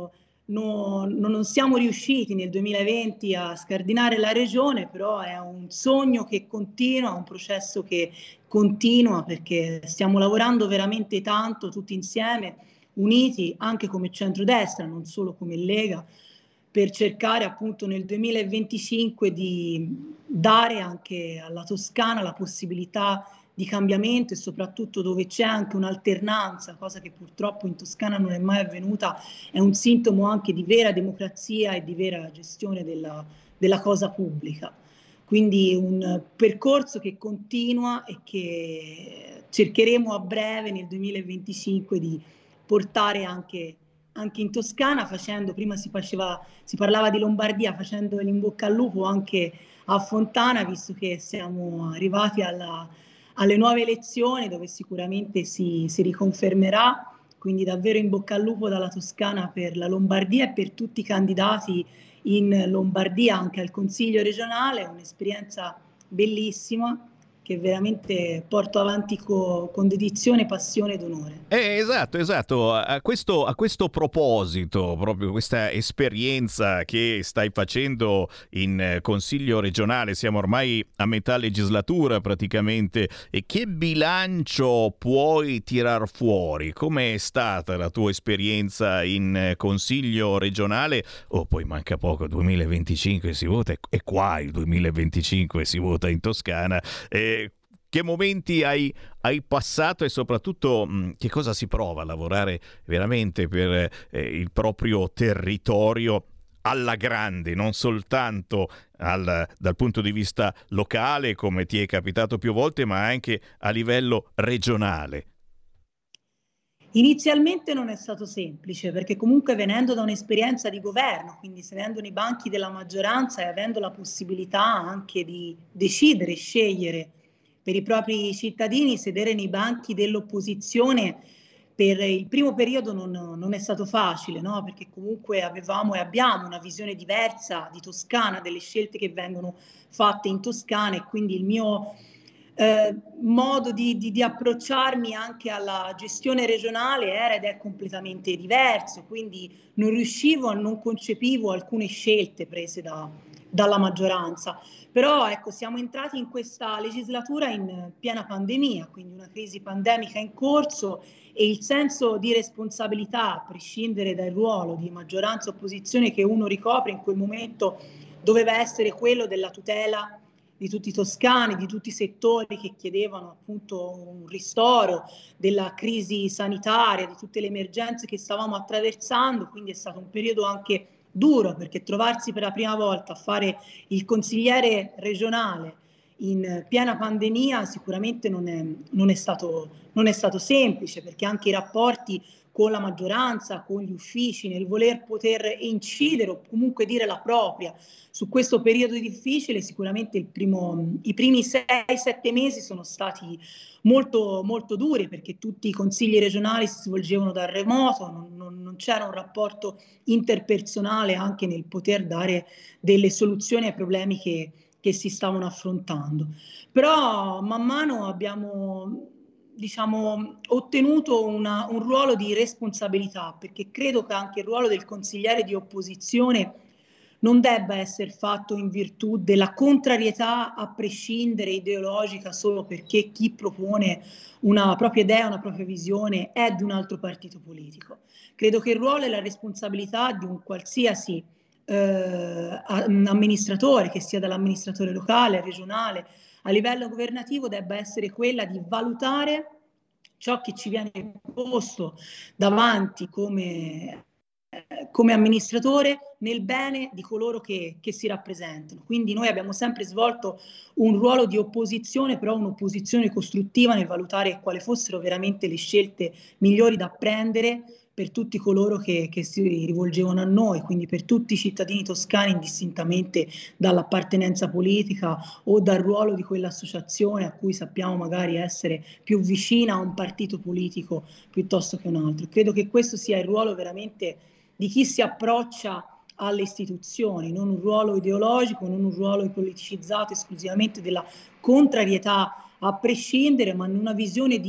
Speaker 4: non siamo riusciti nel 2020 a scardinare la regione, però è un sogno che continua, un processo che continua, perché stiamo lavorando veramente tanto tutti insieme, uniti anche come centrodestra, non solo come Lega, per cercare appunto nel 2025 di dare anche alla Toscana la possibilità di cambiamento, e soprattutto dove c'è anche un'alternanza, cosa che purtroppo in Toscana non è mai avvenuta, è un sintomo anche di vera democrazia e di vera gestione della cosa pubblica. Quindi un percorso che continua e che cercheremo a breve nel 2025 di portare anche in Toscana, facendo, prima si parlava di Lombardia, facendo l'in bocca al lupo anche a Fontana, visto che siamo arrivati alle nuove elezioni dove sicuramente si riconfermerà, quindi davvero in bocca al lupo dalla Toscana per la Lombardia e per tutti i candidati in Lombardia anche al Consiglio regionale, un'esperienza bellissima che veramente porto avanti con dedizione, passione ed onore.
Speaker 2: Esatto. A questo proposito, proprio questa esperienza che stai facendo in Consiglio regionale, siamo ormai a metà legislatura praticamente, e che bilancio puoi tirar fuori? Com'è stata la tua esperienza in Consiglio regionale? Poi manca poco, 2025 si vota, e qua il 2025 si vota in Toscana. Che momenti hai passato, e soprattutto che cosa si prova a lavorare veramente per il proprio territorio alla grande, non soltanto dal punto di vista locale, come ti è capitato più volte, ma anche a livello regionale?
Speaker 4: Inizialmente non è stato semplice, perché comunque venendo da un'esperienza di governo, quindi sedendo nei banchi della maggioranza e avendo la possibilità anche di decidere, scegliere per i propri cittadini, sedere nei banchi dell'opposizione per il primo periodo non è stato facile, no? Perché comunque avevamo e abbiamo una visione diversa di Toscana, delle scelte che vengono fatte in Toscana, e quindi il mio modo di approcciarmi anche alla gestione regionale era ed è completamente diverso, quindi non concepivo alcune scelte prese dalla maggioranza. Però ecco, siamo entrati in questa legislatura in piena pandemia, quindi una crisi pandemica in corso, e il senso di responsabilità, a prescindere dal ruolo di maggioranza o opposizione che uno ricopre in quel momento, doveva essere quello della tutela di tutti i toscani, di tutti i settori che chiedevano appunto un ristoro, della crisi sanitaria, di tutte le emergenze che stavamo attraversando. Quindi è stato un periodo anche duro, perché trovarsi per la prima volta a fare il consigliere regionale in piena pandemia sicuramente non è stato semplice, perché anche i rapporti con la maggioranza, con gli uffici, nel voler poter incidere o comunque dire la propria su questo periodo difficile, sicuramente i primi 6-7 mesi sono stati molto, molto duri, perché tutti i consigli regionali si svolgevano da remoto, non c'era un rapporto interpersonale anche nel poter dare delle soluzioni ai problemi che si stavano affrontando. Però man mano abbiamo ottenuto un ruolo di responsabilità, perché credo che anche il ruolo del consigliere di opposizione non debba essere fatto in virtù della contrarietà a prescindere ideologica, solo perché chi propone una propria idea, una propria visione è di un altro partito politico. Credo che il ruolo e la responsabilità di un qualsiasi amministratore, che sia dall'amministratore locale, regionale, a livello governativo, debba essere quella di valutare ciò che ci viene posto davanti come amministratore nel bene di coloro che si rappresentano. Quindi noi abbiamo sempre svolto un ruolo di opposizione, però un'opposizione costruttiva nel valutare quali fossero veramente le scelte migliori da prendere per tutti coloro che si rivolgevano a noi, quindi per tutti i cittadini toscani, indistintamente dall'appartenenza politica o dal ruolo di quell'associazione a cui sappiamo magari essere più vicina a un partito politico piuttosto che un altro. Credo che questo sia il ruolo veramente di chi si approccia alle istituzioni, non un ruolo ideologico, non un ruolo politicizzato esclusivamente della contrarietà a prescindere, ma in una visione di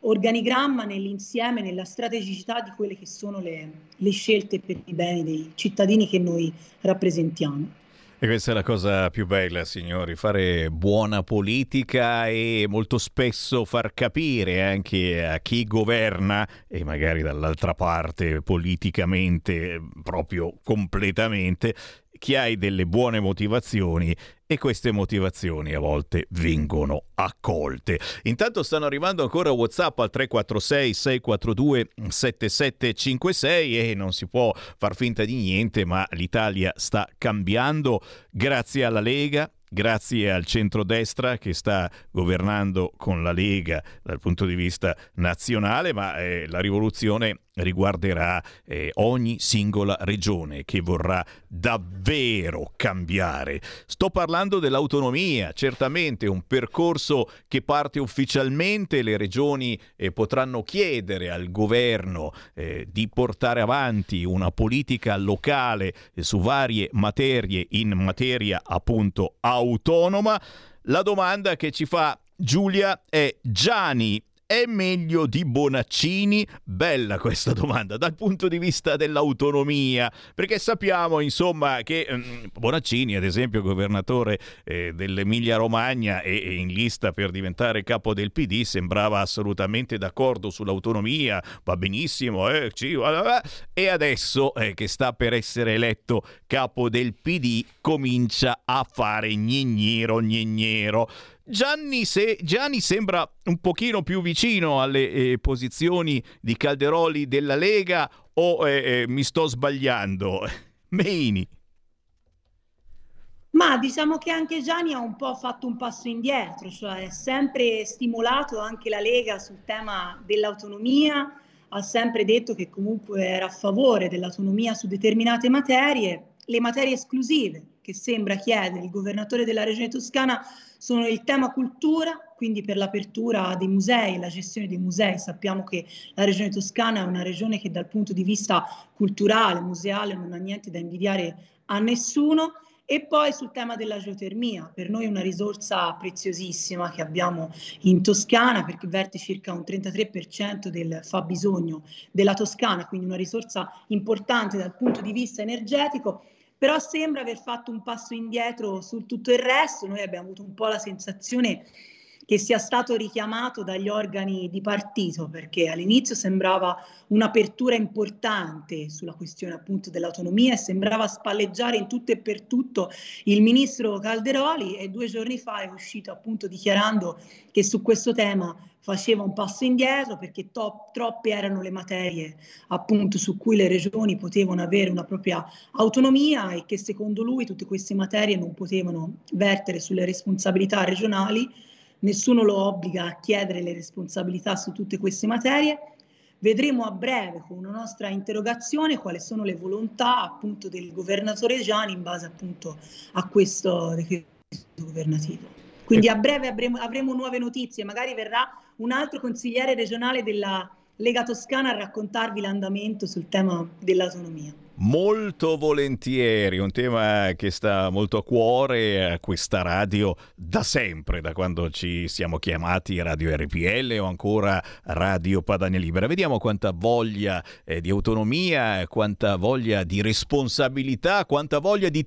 Speaker 4: organigramma, nell'insieme, nella strategicità di quelle che sono le scelte per i beni dei cittadini che noi rappresentiamo.
Speaker 2: E questa è la cosa più bella, signori, fare buona politica e molto spesso far capire anche a chi governa e magari dall'altra parte politicamente proprio completamente che hai delle buone motivazioni e queste motivazioni a volte vengono accolte. Intanto stanno arrivando ancora WhatsApp al 346 642 7756 e non si può far finta di niente, ma l'Italia sta cambiando grazie alla Lega, grazie al centrodestra che sta governando con la Lega dal punto di vista nazionale, ma la rivoluzione riguarderà ogni singola regione che vorrà davvero cambiare. Sto parlando dell'autonomia, certamente un percorso che parte ufficialmente, le regioni potranno chiedere al governo di portare avanti una politica locale su varie materie in materia appunto autonoma. La domanda che ci fa Giulia è: Gianni è meglio di Bonaccini? Bella questa domanda dal punto di vista dell'autonomia, perché sappiamo insomma che Bonaccini, ad esempio governatore dell'Emilia Romagna e in lista per diventare capo del PD, sembrava assolutamente d'accordo sull'autonomia, va benissimo, e adesso che sta per essere eletto capo del PD comincia a fare gnignero. Gianni sembra un pochino più vicino alle posizioni di Calderoli della Lega o mi sto sbagliando? Meini.
Speaker 4: Ma diciamo che anche Gianni ha un po' fatto un passo indietro, cioè è sempre stimolato anche la Lega sul tema dell'autonomia, ha sempre detto che comunque era a favore dell'autonomia su determinate materie. Le materie esclusive che sembra chiedere il governatore della Regione Toscana sono il tema cultura, quindi per l'apertura dei musei e la gestione dei musei. Sappiamo che la Regione Toscana è una regione che dal punto di vista culturale, museale, non ha niente da invidiare a nessuno. E poi sul tema della geotermia, per noi una risorsa preziosissima che abbiamo in Toscana, perché verte circa un 33% del fabbisogno della Toscana, quindi una risorsa importante dal punto di vista energetico, però sembra aver fatto un passo indietro su tutto il resto. Noi abbiamo avuto un po' la sensazione che sia stato richiamato dagli organi di partito, perché all'inizio sembrava un'apertura importante sulla questione appunto dell'autonomia e sembrava spalleggiare in tutto e per tutto il ministro Calderoli, e 2 giorni fa è uscito appunto dichiarando che su questo tema faceva un passo indietro perché troppe erano le materie appunto su cui le regioni potevano avere una propria autonomia e che secondo lui tutte queste materie non potevano vertere sulle responsabilità regionali. Nessuno lo obbliga a chiedere le responsabilità su tutte queste materie. Vedremo a breve con una nostra interrogazione quali sono le volontà appunto del governatore Gianni in base appunto a questo decreto governativo. Quindi a breve avremo nuove notizie, magari verrà un altro consigliere regionale della Lega Toscana a raccontarvi l'andamento sul tema dell'autonomia.
Speaker 2: Molto volentieri, un tema che sta molto a cuore a questa radio da sempre, da quando ci siamo chiamati Radio RPL o ancora Radio Padania Libera. Vediamo quanta voglia di autonomia, quanta voglia di responsabilità, quanta voglia di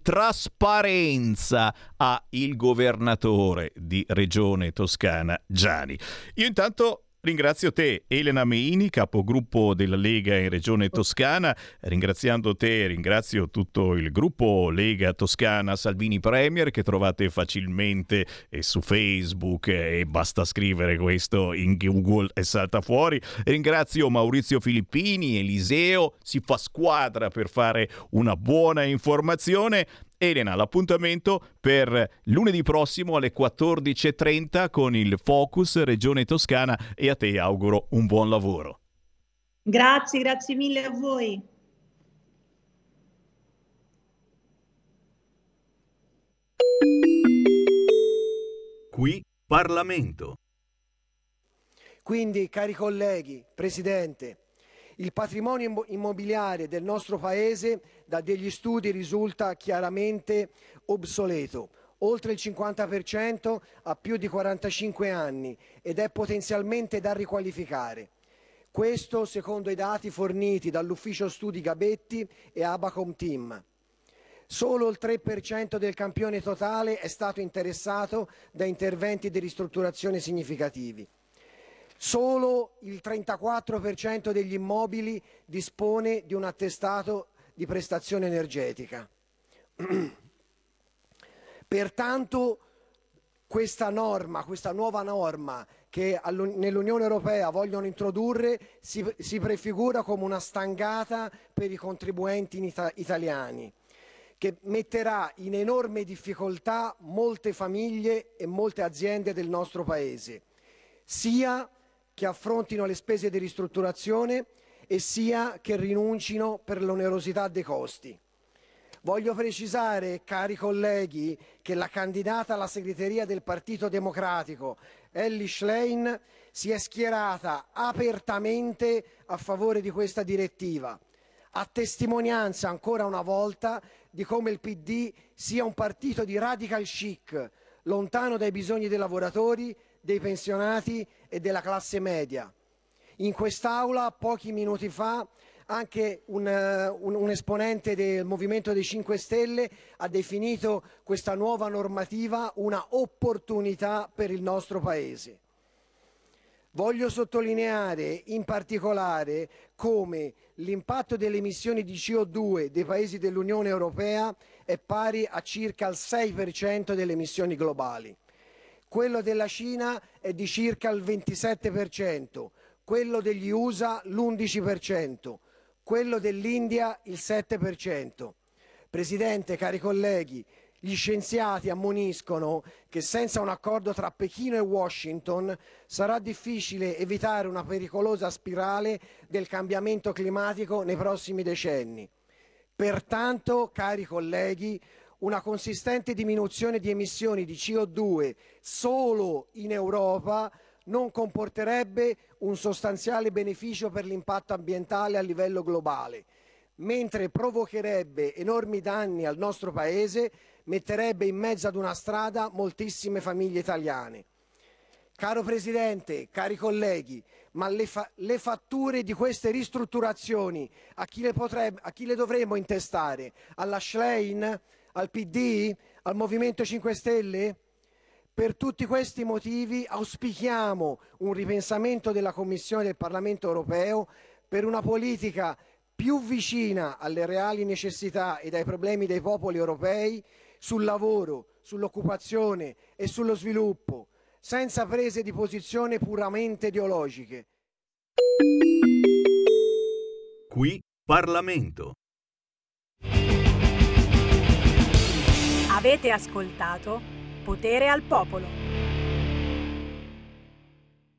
Speaker 2: trasparenza ha il governatore di Regione Toscana Gianni. Io intanto ringrazio te, Elena Meini, capogruppo della Lega in Regione Toscana. Ringraziando te, ringrazio tutto il gruppo Lega Toscana Salvini Premier, che trovate facilmente su Facebook e basta scrivere questo in Google e salta fuori. Ringrazio Maurizio Filippini, Eliseo, si fa squadra per fare una buona informazione. Elena, l'appuntamento per lunedì prossimo alle 14.30 con il Focus Regione Toscana e a te auguro un buon lavoro.
Speaker 4: Grazie mille a voi.
Speaker 13: Qui Parlamento.
Speaker 8: Quindi, cari colleghi, Presidente, il patrimonio immobiliare del nostro Paese da degli studi risulta chiaramente obsoleto. Oltre il 50% ha più di 45 anni ed è potenzialmente da riqualificare. Questo secondo i dati forniti dall'Ufficio Studi Gabetti e Abacom Team. Solo il 3% del campione totale è stato interessato da interventi di ristrutturazione significativi. Solo il 34% degli immobili dispone di un attestato di prestazione energetica. Pertanto questa nuova norma che nell'Unione Europea vogliono introdurre si prefigura come una stangata per i contribuenti italiani, che metterà in enorme difficoltà molte famiglie e molte aziende del nostro Paese, sia che affrontino le spese di ristrutturazione e sia che rinuncino per l'onerosità dei costi. Voglio precisare, cari colleghi, che la candidata alla segreteria del Partito Democratico, Elly Schlein, si è schierata apertamente a favore di questa direttiva, a testimonianza ancora una volta di come il PD sia un partito di radical chic, lontano dai bisogni dei lavoratori, dei pensionati e della classe media. In quest'Aula, pochi minuti fa, anche un esponente del Movimento dei 5 Stelle ha definito questa nuova normativa una opportunità per il nostro Paese. Voglio sottolineare in particolare come l'impatto delle emissioni di CO2 dei paesi dell'Unione Europea è pari a circa il 6% delle emissioni globali. Quello della Cina è di circa il 27%, quello degli USA l'11%, quello dell'India il 7%. Presidente, cari colleghi, gli scienziati ammoniscono che senza un accordo tra Pechino e Washington sarà difficile evitare una pericolosa spirale del cambiamento climatico nei prossimi decenni. Pertanto, cari colleghi, una consistente diminuzione di emissioni di CO2 solo in Europa non comporterebbe un sostanziale beneficio per l'impatto ambientale a livello globale, mentre provocherebbe enormi danni al nostro Paese, metterebbe in mezzo ad una strada moltissime famiglie italiane. Caro Presidente, cari colleghi, ma le fatture di queste ristrutturazioni a chi le dovremmo intestare? Alla Schlein? Al PD? Al Movimento 5 Stelle? Per tutti questi motivi auspichiamo un ripensamento della Commissione del Parlamento europeo per una politica più vicina alle reali necessità e ai problemi dei popoli europei sul lavoro, sull'occupazione e sullo sviluppo, senza prese di posizione puramente ideologiche.
Speaker 13: Qui Parlamento.
Speaker 9: Avete ascoltato Potere al Popolo.